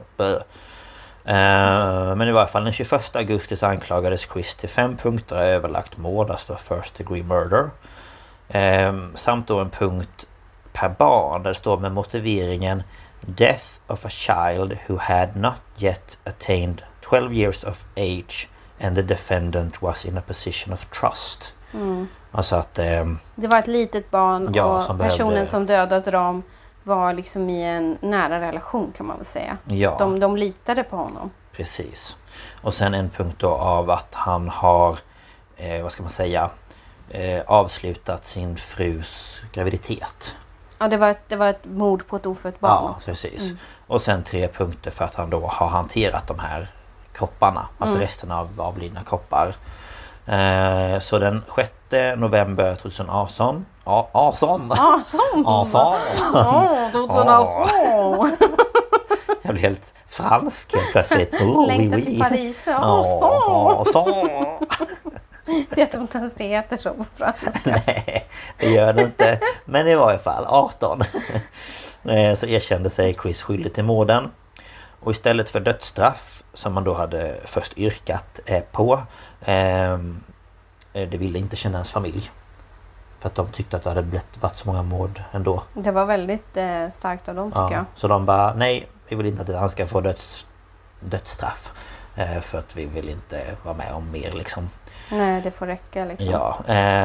Men i varje fall den 21 augusti så anklagades Chris till 5 punkter av överlagt mord, alltså first degree murder. Samt då en punkt per barn där det står med motiveringen death of a child who had not yet attained 12 years of age and the defendant was in a position of trust. Alltså att det var ett litet barn och personen som dödade dem var liksom i en nära relation kan man väl säga. Ja. De litade på honom. Precis. Och sen en punkt då av att han har vad ska man säga avslutat sin frus graviditet. Ja, det var ett mord på ett ofött barn. Ja, precis. Och sen 3 punkter för att han då har hanterat de här kropparna. Alltså resten av avlidna kroppar. Så den 6 november 2018 jag blev helt fransk helt plötsligt. Längtar till Paris. Jag tror inte ens det heter så på franska. Nej, det gör det inte. Men det var i alla fall 18. Så erkände sig Chris skyldig till morden. Och istället för dödsstraff, som man då hade först yrkat på, det ville inte Chenins familj. För att de tyckte att det hade varit så många mord ändå. Det var väldigt starkt av dem, tycker jag. Så de bara, nej, vi vill inte att han ska få dödsstraff. För att vi vill inte vara med om mer liksom. Nej, det får räcka liksom. Ja.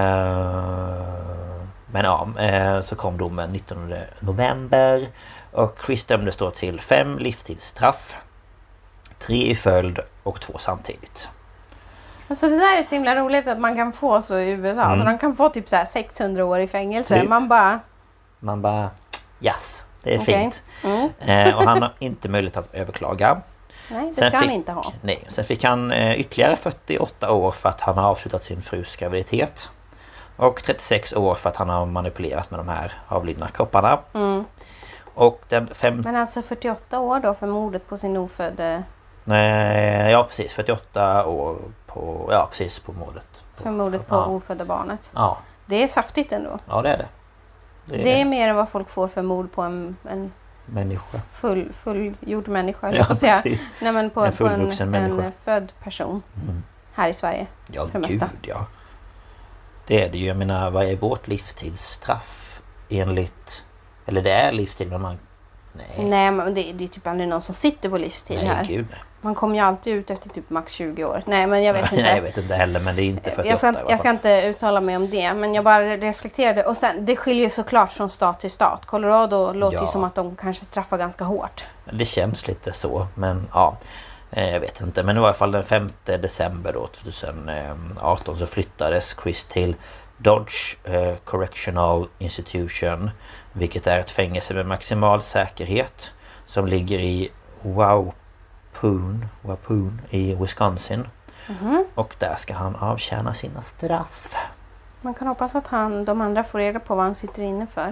Men ja, så kom domen 19 november. Och Chris dömdes då till 5 livstidsstraff. 3 i följd och 2 samtidigt. Alltså det där är så himla roligt att man kan få så i USA. Alltså man kan få typ så här 600 år i fängelse. Typ. Man bara, yes, det är fint. Och han har inte möjlighet att överklaga. Nej, det ska han inte ha. Nej, sen fick han ytterligare 48 år för att han har avslutat sin frus graviditet. Och 36 år för att han har manipulerat med de här avlidna kropparna. Och den Men alltså 48 år då för mordet på sin ofödde... Nej, ja precis, 48 år på, ja precis på mordet. För mordet på ofödda barnet. Ja. Det är saftigt ändå. Ja, det är det. Det är mer än vad folk får för mord på en människa. Fullgjord människa. Ja, precis. Nej, men på en född person. Här i Sverige. Ja, gud ja. Det är det ju. Jag menar, vad är vårt livstidsstraff enligt... Eller det är livstid, men man... Nej, men det är typ aldrig någon som sitter på livstid här. Gud, nej. Man kommer ju alltid ut efter typ max 20 år. Nej, men jag vet inte. Nej, jag vet inte heller, men det är inte 48 jag ska inte uttala mig om det, men jag bara reflekterade. Och sen, det skiljer såklart från stat till stat. Colorado låter ju som att de kanske straffar ganska hårt. Det känns lite så, men ja... Jag vet inte, men i alla fall den 5 december då, 2018 så flyttades Chris till Dodge Correctional Institution, vilket är ett fängelse med maximal säkerhet som ligger i Waupun i Wisconsin. Och där ska han avtjäna sina straff. Man kan hoppas att de andra får reda på vad han sitter inne för.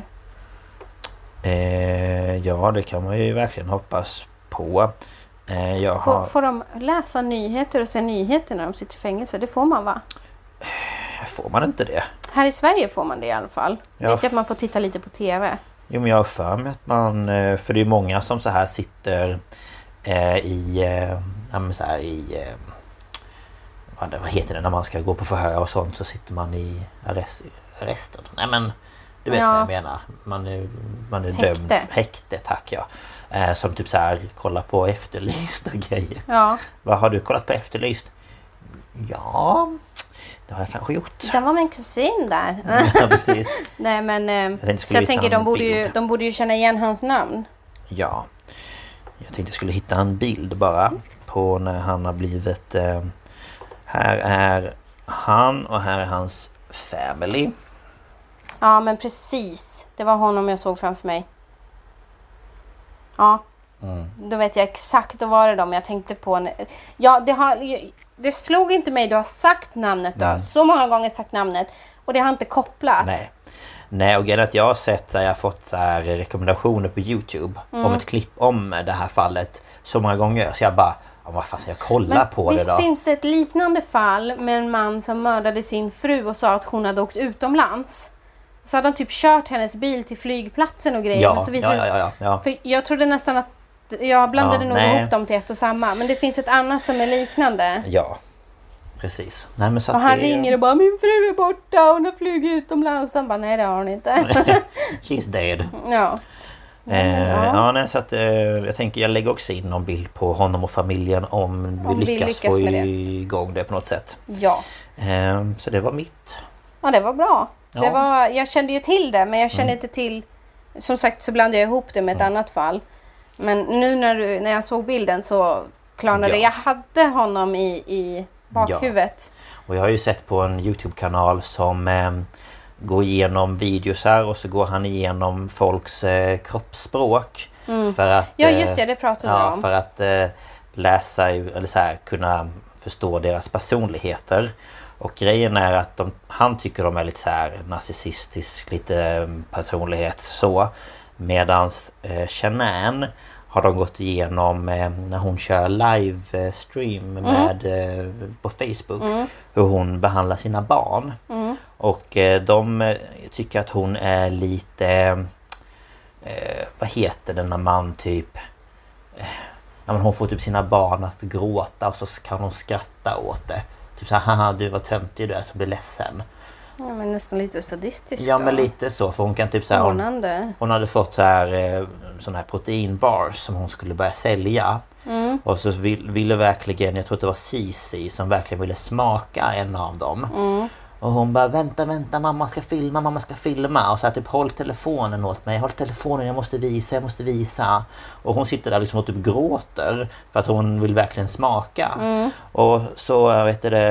Ja, det kan man ju verkligen hoppas på. Får de läsa nyheter och se nyheter när de sitter i fängelse? Det får man, va? Får man inte det? Här i Sverige får man det i alla fall. Vet jag att man får titta lite på tv. Jo, men jag har för mig att man... För det är många som så här sitter vad heter det när man ska gå på förhör och sånt, så sitter man i arresten. Nej, men du vet vad jag menar. Man är dömd. Häkte, tack ja. Som typ så här kollar på efterlysta grejer. Ja. Vad har du kollat på efterlyst? Ja, det har jag kanske gjort. Det var min kusin där. Ja, precis. Nej, men jag tänker de borde ju känna igen hans namn. Ja. Jag tänkte jag skulle hitta en bild bara på när han har blivit... här är han och här är hans family. Ja, men precis. Det var honom jag såg framför mig. Ja. Då vet jag exakt, då var det dem jag tänkte på. Ja, det slog inte mig. Du har sagt namnet då. Så många gånger sagt namnet. Och det har inte kopplat. Nej, och grejen att jag har sett så jag har fått så här rekommendationer på YouTube om ett klipp om det här fallet så många gånger. Så jag bara, vad fan ska jag kolla på det då? Visst finns det ett liknande fall med en man som mördade sin fru och sa att hon hade åkt utomlands. Så hade han typ kört hennes bil till flygplatsen och grejer. Ja, men så ja. För jag trodde nästan att jag blandade nog ihop dem till ett och samma. Men det finns ett annat som är liknande. Ja, precis. Nej, men så och han ringer och bara, min fru är borta, hon har flugit utomlands. Han bara, nej det har hon inte. She's dead. Ja. Nej, så att jag tänker jag lägger också in någon bild på honom och familjen om vi lyckas få igång det på något sätt. Ja. Så det var mitt. Ja, det var bra. Ja. Jag kände ju till det, men jag kände inte till... Som sagt så blandade jag ihop det med ett annat fall. Men nu när jag såg bilden så klarnade jag hade honom i bakhuvudet. Ja. Och jag har ju sett på en YouTube-kanal som går igenom videos här och så går han igenom folks kroppsspråk. För att, ja, just det pratade jag om. För att läsa eller så här, kunna förstå deras personligheter. Och grejen är att han tycker de är lite så här narcissistisk, lite personlighet så. Medans Chenin har de gått igenom när hon kör livestream med på Facebook hur hon behandlar sina barn. Och de tycker att hon är lite vad heter det när man typ ja, men hon får typ sina barn att gråta och så kan hon skratta åt det. Typ så här, haha, du var töntig, du är så blir ledsen. Ja, men nästan lite sadistisk. Ja, då. Men lite så, för hon kan typ så här, hon hade fått så här såna här proteinbars som hon skulle börja sälja. Och så ville verkligen, jag tror att det var Cici som verkligen ville smaka en av dem. Och hon bara, vänta, mamma ska filma. Och så här, typ, håll telefonen åt mig, håll telefonen, jag måste visa. Och hon sitter där liksom och typ gråter för att hon vill verkligen smaka. Och så,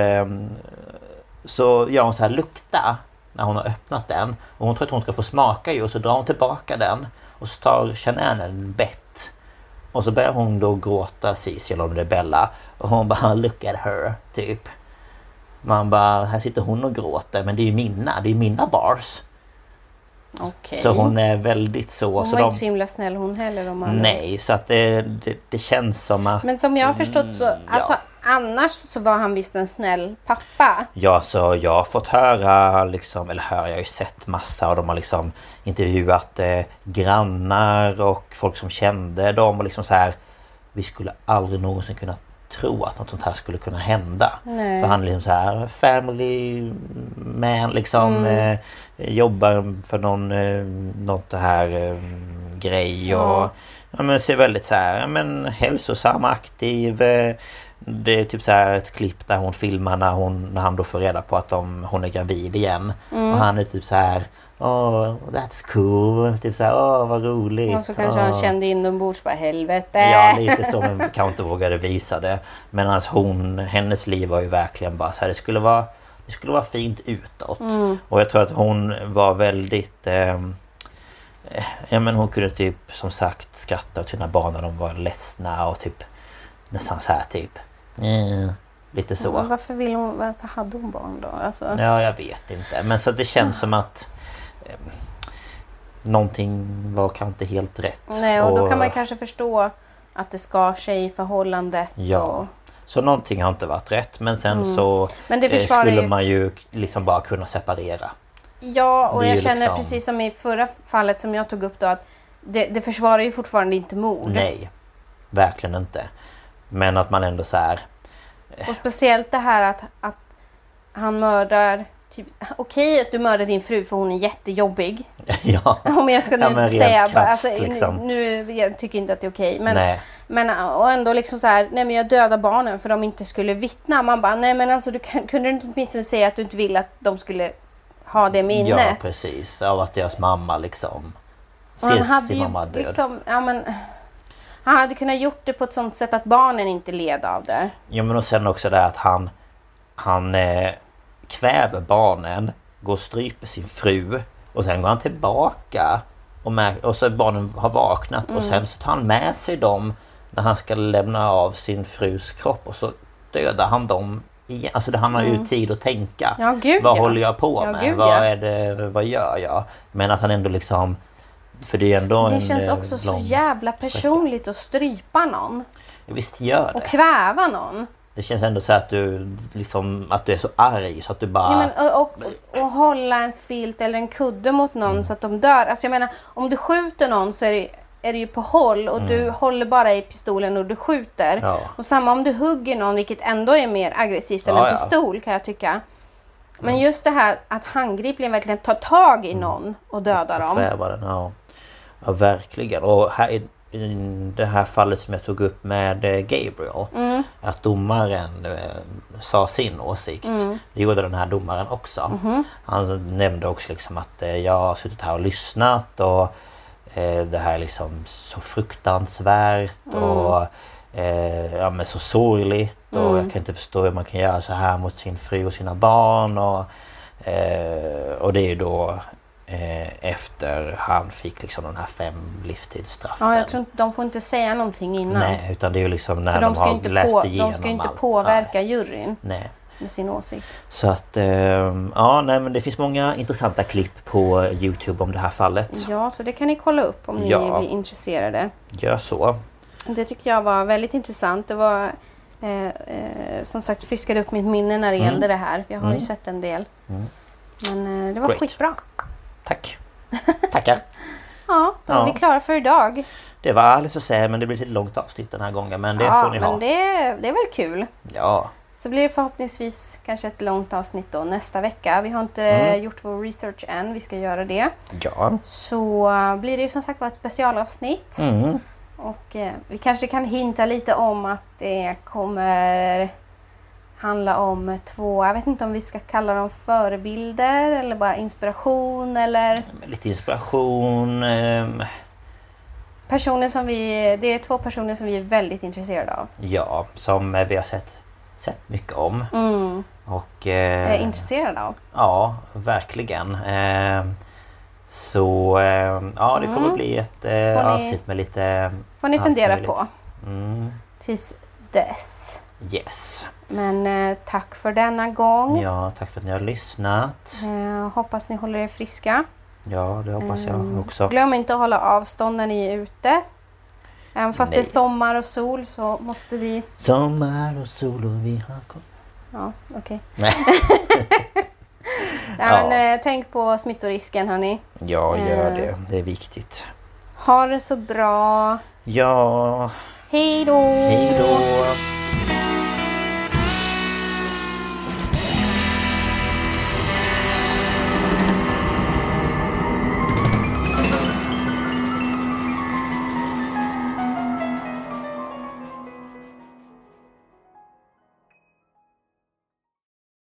så gör hon så här lukta när hon har öppnat den. Och hon tror att hon ska få smaka ju, och så drar hon tillbaka den. Och så tar Shannon en bett. Och så börjar hon då gråta, Cici, eller om det är Bella. Och hon bara, look at her, typ. Man bara, här sitter hon och gråter, men det är ju mina bars. Okay. Så hon är väldigt så. Hon var inte så himla snäll hon heller. Nej, så att det känns som att... Men som jag har förstått så, alltså, annars så var han visst en snäll pappa. Ja, så jag har fått höra liksom, eller jag har ju sett massa, och de har liksom intervjuat grannar och folk som kände dem, och liksom så här, vi skulle aldrig någonsin kunna tro att något sånt här skulle kunna hända. Nej. För han är liksom så här family man liksom, jobbar för något här grej och ja, men ser väldigt så här, ja, men hälsosam, aktiv. Det är typ så här ett klipp där hon filmar när han då får reda på att hon är gravid igen. Och han är typ så här, oh, that's cool. Typ såhär, vad roligt. Och så kanske han kände inombords, bara helvete. Ja, lite så, men kanske inte vågade visa det. Men alltså hennes liv var ju verkligen bara så här, det skulle vara fint utåt. Och jag tror att hon var väldigt ja, men hon kunde typ som sagt skratta åt sina barn när de var ledsna och typ nästan så här typ lite så. Varför hade hon barn då? Alltså... Ja, jag vet inte. Men så det känns som att någonting var kanske inte helt rätt. Nej, och då kan man kanske förstå att det skar sig i förhållandet. Ja, så någonting har inte varit rätt. Men sen så skulle man ju liksom bara kunna separera. Ja, och jag känner liksom... precis som i förra fallet som jag tog upp då, att det försvarar ju fortfarande inte mord. Nej, verkligen inte. Men att man ändå så här... Och speciellt det här att han mördar... Typ, okej att du mördar din fru för hon är jättejobbig. Ja. Om jag ska nu säga krasst, alltså, liksom. Nu jag tycker inte att det är okej, men och ändå liksom så här, nej men jag dödar barnen för de inte skulle vittna. Man bara, nej men alltså kunde du inte åtminstone säga att du inte vill att de skulle ha det minne? Ja, precis. Av att deras mamma liksom ser sin mamma död. Liksom, ja, men han hade kunnat gjort det på ett sånt sätt att barnen inte led av det. Ja, men och sen också det att han kväver barnen, går och stryper sin fru, och sen går han tillbaka och så barnen har vaknat och sen så tar han med sig dem när han ska lämna av sin frus kropp, och så dödar han dem igen. Alltså han har ju tid att tänka. Ja, gud, vad håller jag på med? Gud, vad gör jag? Men att han ändå liksom, för det är ändå det känns också så jävla personligt att strypa någon. Visst gör det. Och kväva någon. Det känns ändå så att du liksom, att du är så arg så att du bara... Ja, men, och hålla en filt eller en kudde mot någon så att de dör. Alltså jag menar, om du skjuter någon så är det ju på håll och du håller bara i pistolen och du skjuter. Ja. Och samma om du hugger någon, vilket ändå är mer aggressivt än en pistol kan jag tycka. Men just det här att handgripligen verkligen tar tag i någon och dödar dem. Kväva den, ja, verkligen. Och här i det här fallet som jag tog upp med Gabriel, att domaren sa sin åsikt. Det gjorde den här domaren också. Han nämnde också liksom att jag har suttit här och lyssnat och det här är liksom så fruktansvärt och ja, men så sorgligt och jag kan inte förstå hur man kan göra så här mot sin fru och sina barn och det är ju då efter han fick liksom de här 5 livstidsstraffen. Ja, jag tror inte, de får inte säga någonting innan. Nej, utan det är ju liksom när de har läst igenom allt. De ska inte påverka juryn. Nej. Med sin åsikt. Så att, ja, nej, men det finns många intressanta klipp på YouTube om det här fallet. Ja, så det kan ni kolla upp om ni blir intresserade. Gör så. Det tycker jag var väldigt intressant. Det var som sagt friskade upp mitt minne när det gällde det här. Jag har ju sett en del. Men det var skitbra. Tack. Tackar. Ja, då är vi klara för idag. Det var alldeles att säga, men det blir ett långt avsnitt den här gången. Men det får ni ha. Men det är väl kul. Ja. Så blir det förhoppningsvis kanske ett långt avsnitt då nästa vecka. Vi har inte gjort vår research än. Vi ska göra det. Ja. Så blir det ju som sagt ett specialavsnitt. Och vi kanske kan hinta lite om att det kommer handla om 2, jag vet inte om vi ska kalla dem förebilder eller bara inspiration eller... Lite inspiration. Personer som det är 2 personer som vi är väldigt intresserade av. Ja, som vi har sett mycket om. Och är intresserade av. Ja, verkligen. Så ja, det kommer bli ett avsnitt med lite... Får ni fundera på. Tills dess. Yes. Men tack för denna gång. Ja, tack för att ni har lyssnat. Hoppas ni håller er friska. Ja, det hoppas jag också. Glöm inte att hålla avstånd när ni är ute. Även fast det är sommar och sol så måste vi... Sommar och sol och vi har... Ja, okej. Nej. Men tänk på smittorisken, hörni. Ja, gör det. Det är viktigt. Ha det så bra. Ja. Hej då! Hej då!